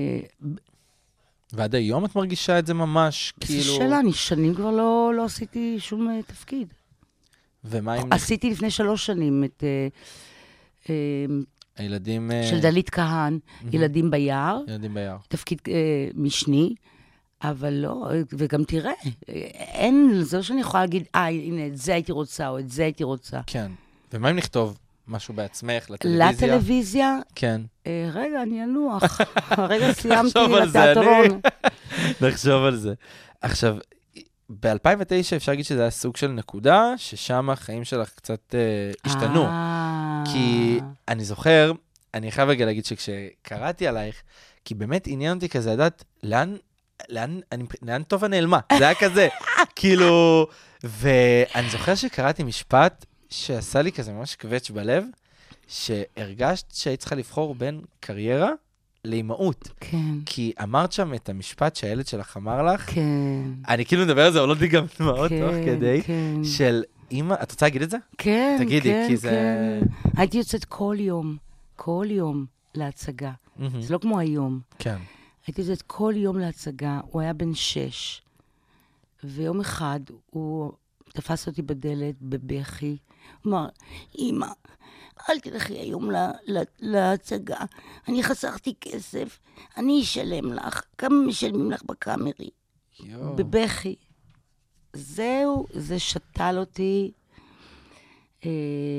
ועד היום את מרגישה את זה ממש, כאילו... זו שאלה, אני שנים כבר לא, לא עשיתי שום uh, תפקיד. ומה אם... עשיתי לפני שלוש שנים את... Uh, uh, הילדים... של דלית כהן, mm-hmm. ילדים ביער. ילדים ביער. תפקיד uh, משני, אבל לא, וגם תראה, אין, זה לא שאני יכולה להגיד, אה, הנה, את זה הייתי רוצה, או את זה הייתי רוצה. כן. ומה אם נכתוב משהו בעצמך, לטלוויזיה? לטלוויזיה? כן. אה, רגע, אני אנוח. רגע סיימתי נחשוב על זה, לתיאטרון. אני- נחשוב על זה. עכשיו, ב-אלפיים ותשע אפשר להגיד שזה היה סוג של נקודה, ששם החיים שלך קצת אה, השתנו. אה. כי אני זוכר, אני חייב רגע להגיד שכשקראתי עלייך, כי באמת עניין אותי כזה לדעת לאן, לאן, אני, לאן טובה נעלמה. זה היה כזה, כאילו, ואני זוכר שקראתי משפט שעשה לי כזה ממש קווץ' בלב, שהרגשת שהיית צריכה לבחור בין קריירה לאימהות. כן. כי אמרת שם את המשפט שהילד שלך אמר לך, כן. אני כאילו מדבר על זה, עולות לי גם דמעות תוך כדי, כן. של אמא, את רוצה להגיד את זה? כן, תגידי, כן, כי זה- כן. הייתי יוצאת כל יום, כל יום להצגה. זה לא כמו היום. כן. הייתי יוצאת כל יום להצגה, הוא היה בן שש, ויום אחד הוא תפס אותי בדלת, בבכי, הוא אמר, אמא, אל תלכי היום לה, לה, להצגה, אני חסכתי כסף, אני אשלם לך, כמה משלמים לך בקאמרי? יו. בבכי. זהו, זה שתל אותי, אה,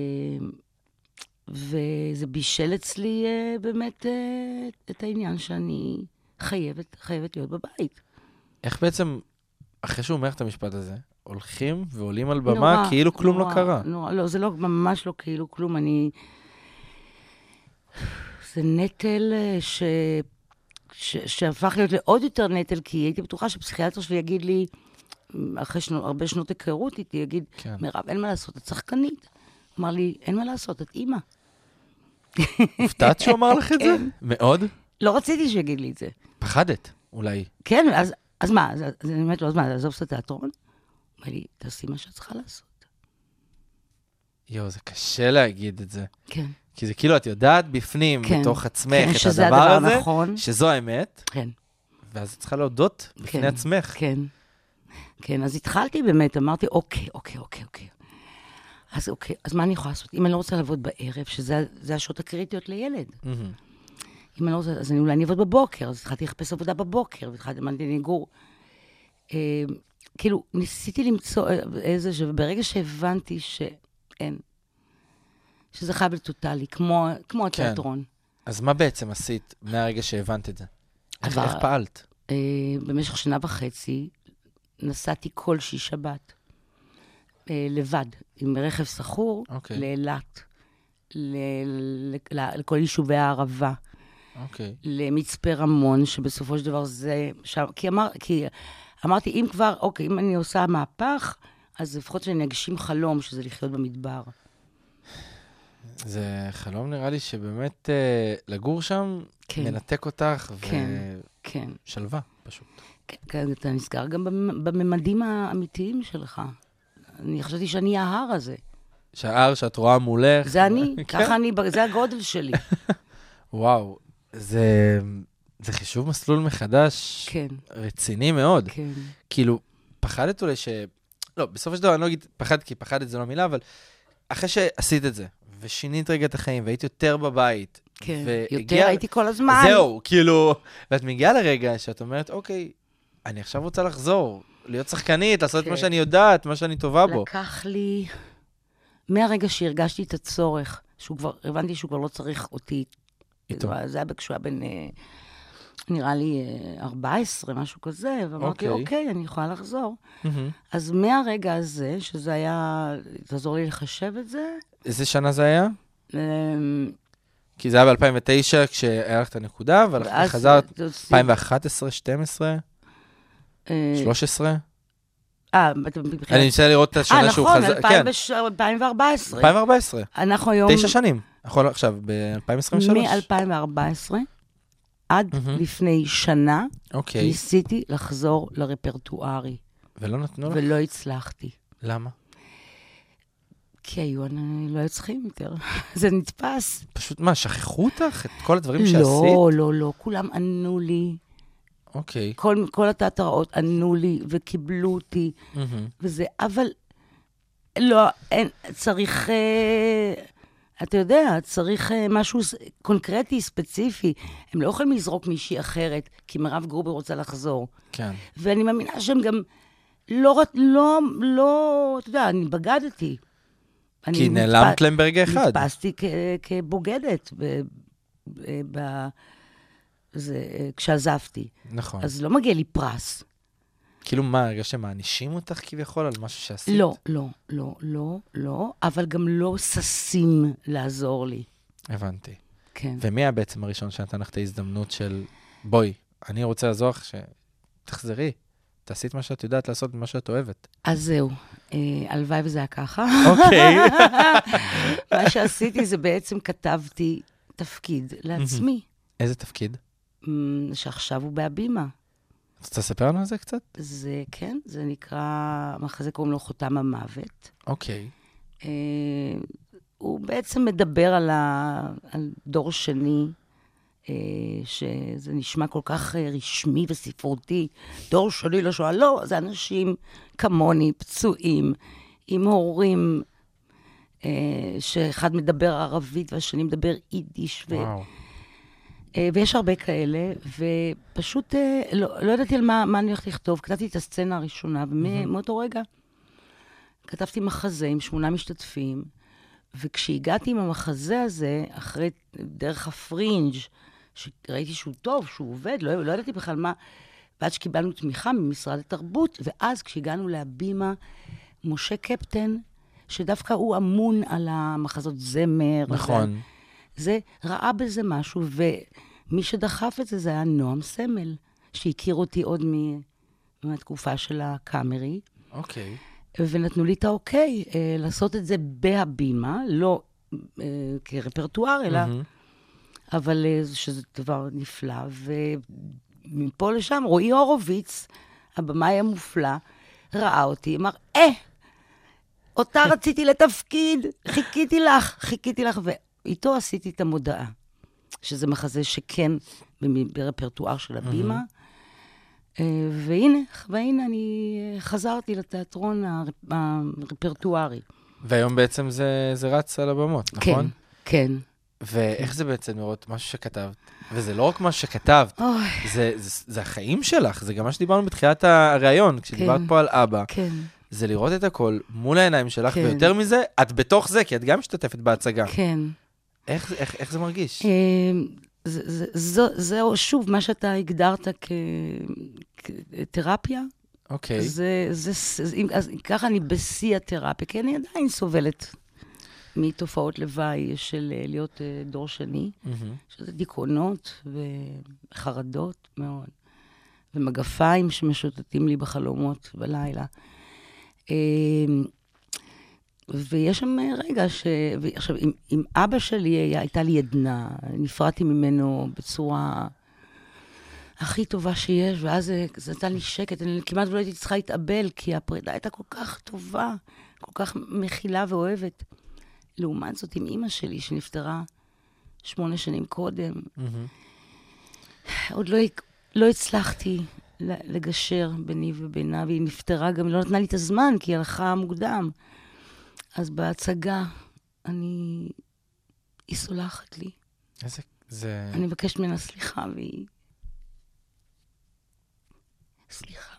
וזה בישל אצלי אה, באמת אה, את העניין שאני חייבת, חייבת להיות בבית. איך בעצם, אחרי שהוא אומר את המשפט הזה, הולכים ועולים על במה נורא, כאילו כלום נורא, לא קרה? נורא, לא, זה לא, ממש לא כאילו כלום, אני... זה נטל אה, ש... ש... שהפך להיות לעוד יותר נטל, כי הייתי בטוחה שפסיכיאטר שלי יגיד לי, אחרי שנו, הרבה שנות היכרות איתי, יגיד, כן. מירב, אין מה לעשות, את שחקנית. אמר לי, אין מה לעשות, את אימא. הופתעת שהוא אמר לך את זה? כן. מאוד? לא רציתי שיגיד לי את זה. פחדת, אולי. כן, אז, אז מה, אז, אז אני אומרת לו, אז מה, לעזוב את התיאטרון? הוא אומר לי, תעשי מה שאת צריכה לעשות. יואו, זה קשה להגיד את זה. כן. כי זה כאילו, את יודעת בפנים, כן. בתוך עצמך, כן, את שזה הדבר הדבר הזה, הנכון. שזו האמת, כן. ואז את צריכה להודות בפני כן. עצמך. כן. כן, אז התחלתי באמת, אמרתי, אוקיי, אוקיי, אוקיי, אוקיי. אז אוקיי, אז מה אני יכולה לעשות? אם אני לא רוצה לעבוד בערב, שזה זה השעות הקריטיות לילד. מהמם. אם אני לא רוצה, אז אני אולי אני אעבוד בבוקר, אז התחלתי לחפש עבודה בבוקר, והתחלתי למדתי ניגור. אה, כאילו, ניסיתי למצוא איזה, שברגע שהבנתי שאין, שזה חייב להיות טוטלי, כמו, כמו התיאטרון. אז מה בעצם עשית מהרגע שהבנת את זה? איך אבל- איך פעלת? אה, במשך שנה וחצי נסעתי כל שיש שבת, אה, לבד, עם רכב סחור, אוקיי. לאילת, ל- ל- ל- לכל יישובי הערבה, אוקיי. למצפה רמון, שבסופו של דבר זה... שם, כי, אמר, כי אמרתי, אם כבר, אוקיי, אם אני עושה מהפך, אז לפחות שאני אגשים חלום, שזה לחיות במדבר. זה חלום נראה לי שבאמת אה, לגור שם, כן. מנתק אותך, כן. כן, ושלווה פשוט. כן, כן, אתה נזכר גם במ- בממדים האמיתיים שלך. אני חשבתי שאני ההר הזה. שההר שאת רואה מולך. זה אני, כן. ככה אני, זה הגודל שלי. וואו, זה, זה חישוב מסלול מחדש כן, רציני מאוד. כן. כאילו, פחדת אולי ש... לא, בסופו של דבר אני לא אגיד פחדת, כי פחדת זה לא מילה, אבל אחרי שעשית את זה, ושינית רגע את החיים, והיית יותר בבית, כן, והגיע- יותר הייתי כל הזמן. זהו, כאילו, ואת מגיעה לרגע שאת אומרת, אוקיי, אני עכשיו רוצה לחזור, להיות שחקנית, לעשות את כן. מה שאני יודעת, מה שאני טובה בו. לקח לי, מהרגע שהרגשתי את הצורך, שהוא כבר, הבנתי שהוא כבר לא צריך אותי. איתו. זה היה כשהוא היה בן, אה, נראה לי, אה, ארבע עשרה, משהו כזה, ואמרתי, אוקיי. אוקיי, אני יכולה לחזור. מהמם. אז מהרגע הזה, שזה היה, תעזור לי לחשב את זה, איזה שנה זה היה? אמ, כי זה היה ב-אלפיים ותשע, כשהיה לך את הנקודה, אבל ואז- חזרת זה- אלפיים ואחת עשרה, שתים עשרה, אה, שלוש עשרה? אה, אתה מבחינת... אני רוצה לראות את אה, השנה שהוא נכון, חזר. אלפיים כן, וש- אלפיים וארבע עשרה. אלפיים וארבע עשרה. אנחנו היום... תשע שנים. נכון, עכשיו, ב-אלפיים עשרים ושלוש. מ-אלפיים וארבע עשרה עד מהמם. לפני שנה, אוקיי. ניסיתי לחזור לרפרטוארי, ולא נתנו לך? ולא הצלחתי. למה? כי היו, אני לא היו צריכים יותר. זה נתפס. פשוט מה, שכחו אותך? את כל הדברים שעשית? לא, לא, לא, כולם ענו לי. אוקיי. כל, כל התיאטראות ענו לי וקיבלו אותי, מהמם. וזה, אבל לא, אין, צריך, אה, אתה יודע, צריך אה, משהו ס- קונקרטי, ספציפי. הם לא יכולים לזרוק מישהי אחרת, כי מירב גרובר רוצה לחזור. כן. ואני מאמינה שהם גם לא, רת- לא, לא, אתה יודע, אני בגדתי. כי נעלמת להם ברגע אחד. נתפסתי כבוגדת כשעזבתי. נכון. אז לא מגיע לי פרס. כאילו מה, הרגע שמענישים אותך כביכול על משהו שעשית? לא, לא, לא, לא, לא, אבל גם לא ששים לעזור לי. הבנתי. כן. ומי היה בעצם הראשון שנתן לך את ההזדמנות של, בואי, אני רוצה לעזור לך שתחזרי, תעשי את מה שאת יודעת לעשות, מה שאת אוהבת. אז זהו, הלוואי וזה היה ככה. אוקיי. מה שעשיתי זה בעצם כתבתי תפקיד לעצמי. איזה תפקיד? שעכשיו הוא בהבימה. אז אתה ספר לנו על זה קצת? זה, כן, זה נקרא, מחזה קוראים לו חותם המוות. אוקיי. אה, הוא בעצם מדבר על, ה, על דור שני, אה, שזה נשמע כל כך אה, רשמי וספרותי, דור שני לשואה. לא, זה אנשים כמוני, פצועים, עם הורים, אה, שאחד מדבר ערבית והשני מדבר יידיש. וואו. ו... ויש הרבה כאלה, ופשוט לא, לא ידעתי על מה, מה אני הולכת לכתוב. כתבתי את הסצנה הראשונה, ומאותו רגע כתבתי מחזה עם שמונה משתתפים, וכשהגעתי עם המחזה הזה, אחרי דרך הפרינג', שראיתי שהוא טוב, שהוא עובד, לא, לא ידעתי בכלל מה, ועד שקיבלנו תמיכה ממשרד התרבות, ואז כשהגענו להבימה, משה קפטן, שדווקא הוא אמון על המחזות זמר. נכון. זה, זה ראה בזה משהו, ומי שדחף את זה, זה היה נועם סמל, שהכיר אותי עוד מהתקופה של הקאמרי. אוקיי. ונתנו לי את האוקיי, אה, לעשות את זה בהבימה, לא אה, כרפרטואר, אלא, mm-hmm. אבל אה, שזה דבר נפלא. ומפה לשם, רועי הורוביץ, הבמאי המופלא, ראה אותי, אמר, אה, אותה רציתי לתפקיד, חיכיתי לך, חיכיתי לך, ואיתו עשיתי את המודעה, שזה מחזה שכן ברפרטואר של הבימה, mm-hmm. והנה, והנה אני חזרתי לתיאטרון הרפרטוארי. והיום בעצם זה, זה רץ על הבמות, נכון? כן, כן. ואיך זה בעצם לראות משהו שכתבת? וזה לא רק מה שכתבת, זה, זה, זה החיים שלך, זה גם מה שדיברנו בתחילת הרעיון, כשדיברת פה על אבא. כן. זה לראות את הכל מול העיניים שלך, כן. ויותר מזה, את בתוך זה, כי את גם משתתפת בהצגה. כן. איך, איך, איך זה מרגיש? זה, זה, זה, זה שוב, מה שאתה הגדרת כתרפיה. אוקיי. זה, זה, זה, אז ככה אני בשיא התרפיה, כי אני עדיין סובלת מתופעות לוואי של להיות דור שני, mm-hmm. שזה דיכאונות וחרדות מאוד, ומגפיים שמשוטטים לי בחלומות בלילה. ויש שם רגע ש... עכשיו, עם, עם אבא שלי הייתה לי עדנה, נפרדתי ממנו בצורה הכי טובה שיש, ואז זה, זה נתן לי שקט, אני כמעט לא הייתי צריכה להתאבל, כי הפרידה הייתה כל כך טובה, כל כך מכילה ואוהבת. לעומת זאת עם אמא שלי, שנפטרה שמונה שנים קודם, mm-hmm. עוד לא, לא הצלחתי לגשר ביני ובינה, והיא נפטרה גם, לא נתנה לי את הזמן, כי היא הלכה מוקדם. אז בהצגה, אני... היא סולחת לי. איזה... זה... אני מבקשת ממנה סליחה, והיא... סליחה.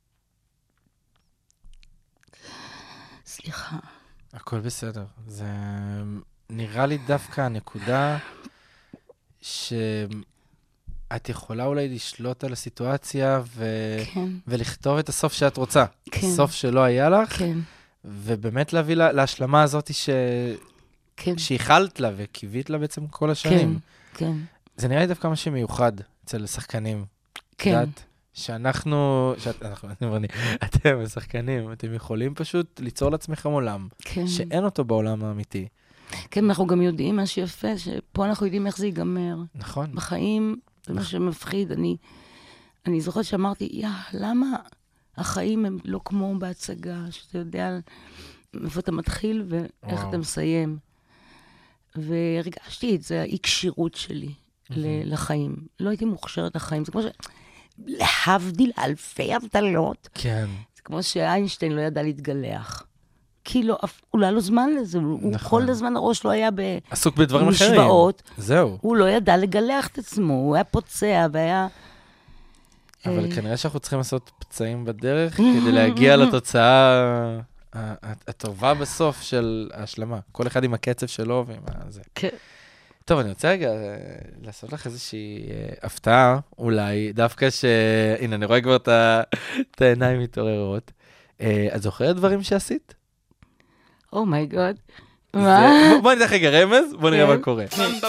סליחה. הכל בסדר. זה נראה לי דווקא הנקודה שאת יכולה אולי לשלוט על הסיטואציה ו... כן. ולכתוב את הסוף שאת רוצה. כן. סוף שלא היה לך. כן. ובאמת להביא לה, להשלמה הזאת ש... כן. שהיחלת לה וקיווית לה בעצם כל השנים. כן, כן. זה נראה לי דווקא משהו מיוחד אצל השחקנים. כן. יודעת, שאנחנו, שאת, אנחנו, אני, אתם השחקנים, אתם יכולים פשוט ליצור לעצמכם עולם, כן. שאין אותו בעולם האמיתי. כן, אנחנו גם יודעים מה שיפה, שפה אנחנו יודעים איך זה ייגמר. נכון. בחיים, זה מה שמפחיד. אני, אני זוכרת שאמרתי, יא, למה... החיים הם לא כמו בהצגה, שאתה יודע איפה אתה מתחיל ואיך וואו. אתה מסיים. והרגשתי את זה, האי-קשירות שלי mm-hmm. לחיים. לא הייתי מוכשרת לחיים. זה כמו ש... להבדיל אלפי הבדלות. כן. זה כמו שאיינשטיין לא ידע להתגלח. כי לא, אולי לא זמן לזה. נכון. הוא כל הזמן הראש לא היה ב... עסוק בדברים אחרים. משוואות. זהו. הוא לא ידע לגלח את עצמו. הוא היה פוצע והיה... אבל כנראה שאנחנו צריכים לעשות פצעים בדרך, כדי להגיע לתוצאה הטובה בסוף של ההשלמה. כל אחד עם הקצב שלו ועם זה. כן. טוב, אני רוצה רגע לעשות לך איזושהי הפתעה, אולי, דווקא ש... הנה, אני רואה כבר את העיניים מתעוררות. את זוכרת דברים שעשית? אומייגוד. מה? בוא נדע רגע רמז, בוא נראה מה קורה.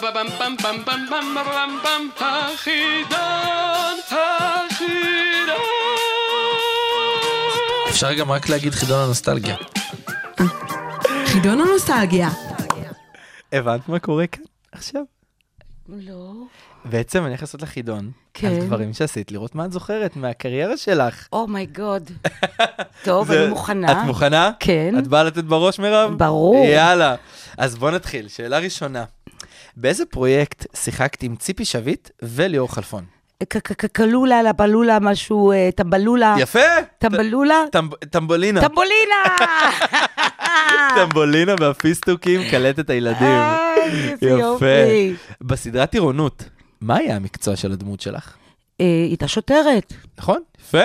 אפשר גם רק להגיד חידון הנוסטלגיה. חידון הנוסטלגיה. הבנת מה קורה כאן עכשיו? לא. בעצם אני הולך לעשות לך חידון. כן. על דברים שעשית, לראות מה את זוכרת מהקריירה שלך. אומייגוד. טוב, אני מוכנה. את מוכנה? כן. את באה לתת בראש, מירב? ברור. יאללה. אז בוא נתחיל. שאלה ראשונה. באיזה פרויקט שיחקת עם ציפי שביט וליאור חלפון? קלולה, לבלולה, משהו, טמבלולה. יפה. טמבלולה? טמבולינה. טמבולינה! טמבולינה והפיסטוקים, קלטת הילדים. יפה. בסדרת טירונות, מה היה המקצוע של הדמות שלך? הייתה שוטרת. נכון? יפה.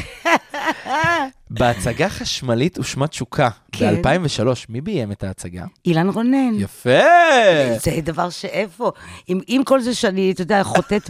בהצגה חשמלית ושמת תשוקה, ב-אלפיים ושלוש, מי ביים את ההצגה? אילן רונן. יפה. זה דבר שאיפה. עם כל זה שאני, אתה יודע, חוטאת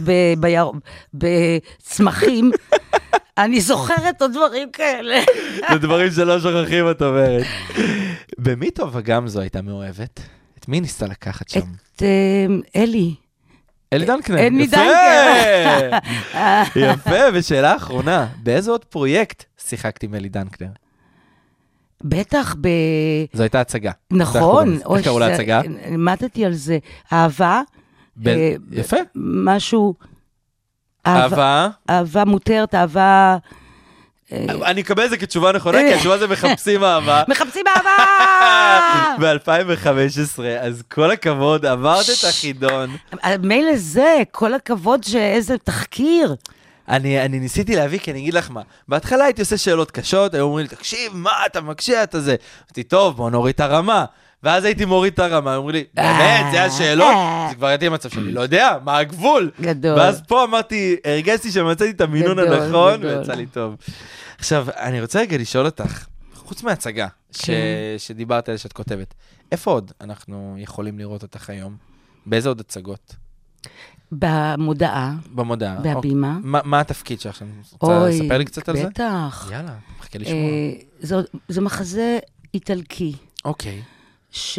בצמחים, אני זוכרת עוד דברים כאלה. זה דברים שלא שוכחים, את אומרת. במי טובה גם זו הייתה מאוהבת? את מי ניסתה לקחת שם? את אלי. אלי דנקנר. אלי דנקנר. יפה, ושאלה אחרונה, באיזה עוד פרויקט שיחקת עם אלי דנקנר? בטח ב... זו הייתה הצגה. נכון. איך קראו להצגה? למדתי על זה. אהבה. יפה. משהו... אהבה. אהבה מותרת, אהבה... אני אקבל את זה כתשובה נכונה, כי התשובה זה מחפשים אהבה. מחפשים אהבה! ב-אלפיים וחמש עשרה, אז כל הכבוד, עברת את החידון. מילא זה, כל הכבוד שאיזה תחקיר. אני, אני ניסיתי להביא, כי אני אגיד לך מה, בהתחלה הייתי עושה שאלות קשות, היו אומרים לי, תקשיב, מה אתה מקשה, אתה זה. אמרתי, טוב, בוא נוריד את הרמה. ואז הייתי מוריד את הרמה, אמרו לי, באמת, זה השאלות? זה כבר הייתי במצב שלי, לא יודע, מה הגבול? גדול. ואז פה אמרתי, הרגשתי שמצאתי את המינון הנכון, ויצא לי טוב. עכשיו, אני רוצה רגע לשאול אותך, חוץ מההצגה שדיברת על שאת כותבת, איפה עוד אנחנו יכולים לראות אותך היום? באיזה עוד הצגות? במודעה. במודעה. בהבימה. מה התפקיד שלך? רוצה לספר לי קצת על זה? בטח. יאללה, מחכה לשמוע. זה מחזה איטלקי. אוקיי. ש...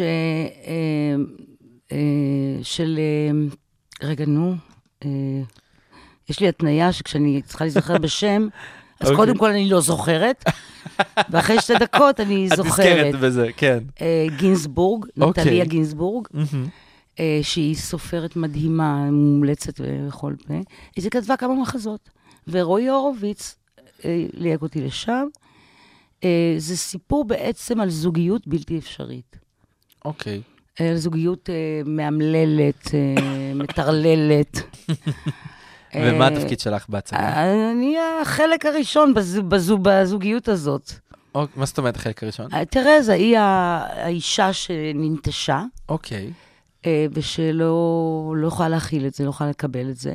של... רגע, נו. יש לי התניה שכשאני צריכה להיזכר בשם, אז קודם כל אני לא זוכרת, ואחרי שתי דקות אני זוכרת. את נזכרת בזה, כן. גינסבורג, נטליה גינסבורג, שהיא סופרת מדהימה, מומלצת וכל פה. היא כתבה כמה מחזות, ורועי הורוביץ ליהק אותי לשם. זה סיפור בעצם על זוגיות בלתי אפשרית. אוקיי. על זוגיות מאמללת, מטרללת. ומה התפקיד שלך בהצגה? אני החלק הראשון בזוגיות הזאת. מה זאת אומרת החלק הראשון? תרזה, היא האישה שננטשה. אוקיי. ושלא יכולה להכיל את זה, לא יכולה לקבל את זה.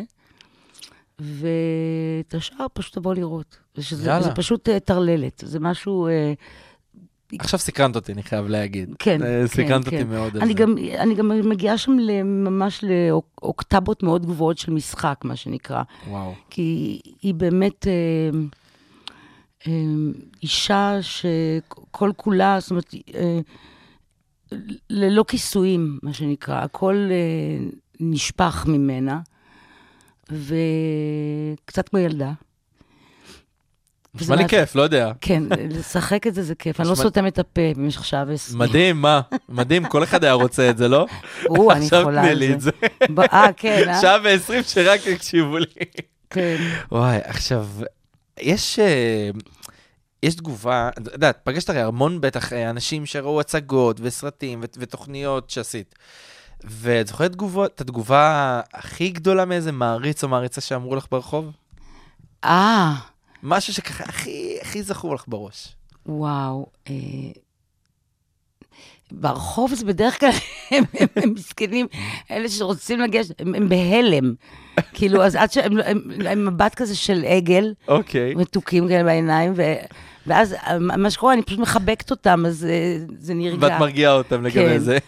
ואת השאר פשוט תבוא לראות. זה פשוט טרללת. זה משהו... עכשיו סקרנת אותי, אני חייב להגיד. כן, סקרנת אותי מאוד על זה. זה. אני גם מגיעה שם ממש לאוקטבות מאוד גבוהות של משחק, מה שנקרא. וואו. כי היא באמת אישה שכל כולה, זאת אומרת, ללא כיסויים, מה שנקרא. הכל נשפך ממנה, וקצת כמו ילדה. נשמע לי כיף, לא יודע. כן, לשחק את זה זה כיף. אני לא סותם את הפה במשך שעה ועשרים. מדהים, מה? מדהים, כל אחד היה רוצה את זה, לא? או, אני יכולה על זה. אה, כן, אה? שעה ועשרים שרק הקשיבו לי. כן. וואי, עכשיו, יש... יש תגובה, את יודעת, פגשת הרי המון בטח אנשים שראו הצגות וסרטים ותוכניות שעשית. ואת זוכרת את התגובה הכי גדולה מאיזה מעריץ או מעריצה שאמרו לך ברחוב? אה... משהו שככה הכי, הכי זכור לך בראש. וואו. אה, ברחוב זה בדרך כלל, הם, הם, הם מסכנים, אלה שרוצים לגשת, הם, הם בהלם. כאילו, אז עד שהם הם, הם מבט כזה של עגל, אוקיי. מתוקים כאלה בעיניים, ו, ואז מה שקורה, אני פשוט מחבקת אותם, אז זה, זה נרגע. ואת מרגיעה אותם לגבי כן. זה.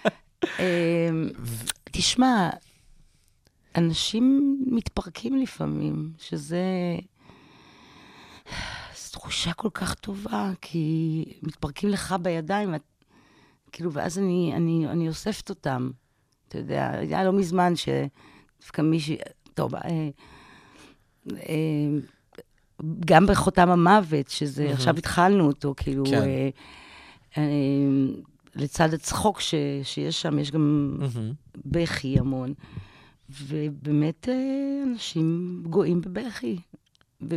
תשמע, אנשים מתפרקים לפעמים, שזה... זו תחושה כל כך טובה, כי מתפרקים לך בידיים, את, כאילו, ואז אני, אני, אני אוספת אותם. אתה יודע, היה לא מזמן שדווקא מישהי, טוב, אה, אה, גם בחותם המוות, שזה mm-hmm. עכשיו התחלנו אותו, כאילו, כן. אה, אה, לצד הצחוק ש, שיש שם, יש גם mm-hmm. בכי המון. ובאמת אה, אנשים גואים בבכי. ו...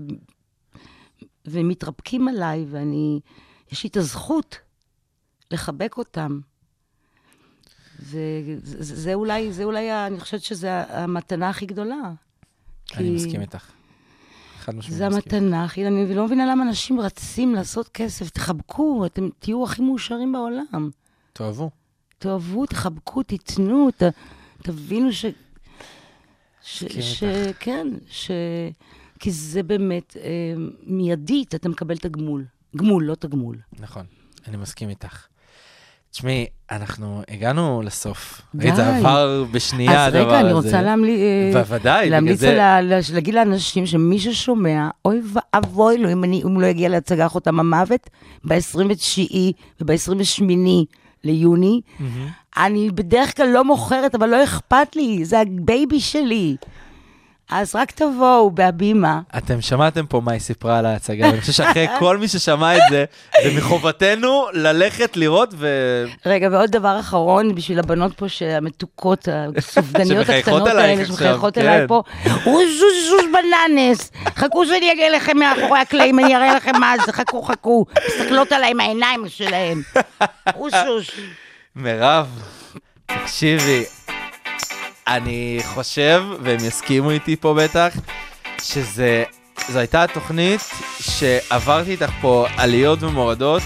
ומתרפקים עליי, ואני, יש לי את הזכות לחבק אותם. זה, זה, זה אולי, זה אולי, אני חושבת שזה המתנה הכי גדולה. אני מסכים איתך. חד משמעית זה המתנה הכי, אני לא מבינה למה אנשים רצים לעשות כסף. תחבקו, אתם תהיו הכי מאושרים בעולם. תאהבו. תאהבו, תחבקו, תתנו, ת, תבינו ש... ש, ש כן, ש... כי זה באמת אה, מיידית, אתה מקבל את הגמול. גמול, לא תגמול. נכון, אני מסכים איתך. תשמעי, אנחנו הגענו לסוף. די. זה עבר בשנייה הדבר הזה. אז רגע, אני רוצה להמליץ... בוודאי, להמליץ זה... על להגיד לאנשים שמי ששומע, אוי ואבוי לו, אם, אני, אם לא יגיע להצגה חותם המוות, ב-עשרים ותשעה וב-עשרים ושמונה ליוני, mm-hmm. אני בדרך כלל לא מוכרת, אבל לא אכפת לי, זה הבייבי שלי. אז רק תבואו בהבימה. אתם שמעתם פה מה היא סיפרה על ההצגה, ואני חושב שאחרי כל מי ששמע את זה, זה מחובתנו ללכת לראות ו... רגע, ועוד דבר אחרון, בשביל הבנות פה שהמתוקות, הסופגניות הקטנות האלה, שמחייכות אליי פה, שוש בננס, חכו שאני אגיע לכם מאחורי הקלעים, אני אראה לכם מה זה, חכו חכו, מסתכלות עליי עם העיניים שלהם. שוש. מירב, תקשיבי, אני חושב, והם יסכימו איתי פה בטח, שזו הייתה התוכנית שעברתי איתך פה עליות ומורדות,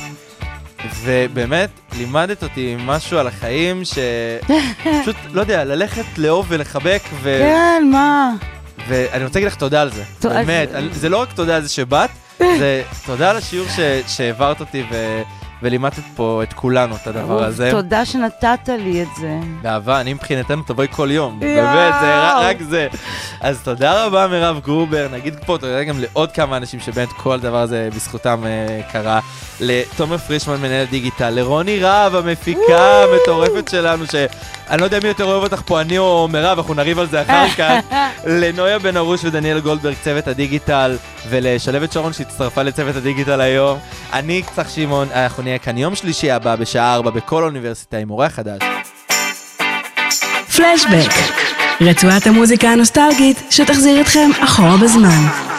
ובאמת לימדת אותי משהו על החיים, שפשוט, לא יודע, ללכת לאהוב ולחבק. ו... כן, מה? ואני רוצה להגיד לך תודה על זה, באמת. זה לא רק תודה על זה שבאת, זה תודה על השיעור שהעברת אותי ו... ולימדת פה את כולנו, את הדבר הזה. תודה שנתת לי את זה. באהבה, אני מבחינתנו תבואי כל יום. באמת, זה רק זה. אז תודה רבה, מירב גרובר. נגיד פה, תודה גם לעוד כמה אנשים שבאמת כל הדבר הזה בזכותם קרה. לתומר פרישמן, מנהל דיגיטל. לרוני רב, המפיקה המטורפת שלנו, שאני לא יודע מי יותר אוהב אותך פה, אני או מירב, אנחנו נריב על זה אחר כך. לנויה בן ארוש ודניאל גולדברג, צוות הדיגיטל, ולשלבת שרון שהצטרפה לצוות הדיגיטל היום. אני צח שמעון, אנחנו נהיה כאן יום שלישי הבא בשעה ארבע בכל אוניברסיטה עם אורח חדש. פלשבק, רצועת המוזיקה הנוסטלגית שתחזיר אתכם אחורה בזמן.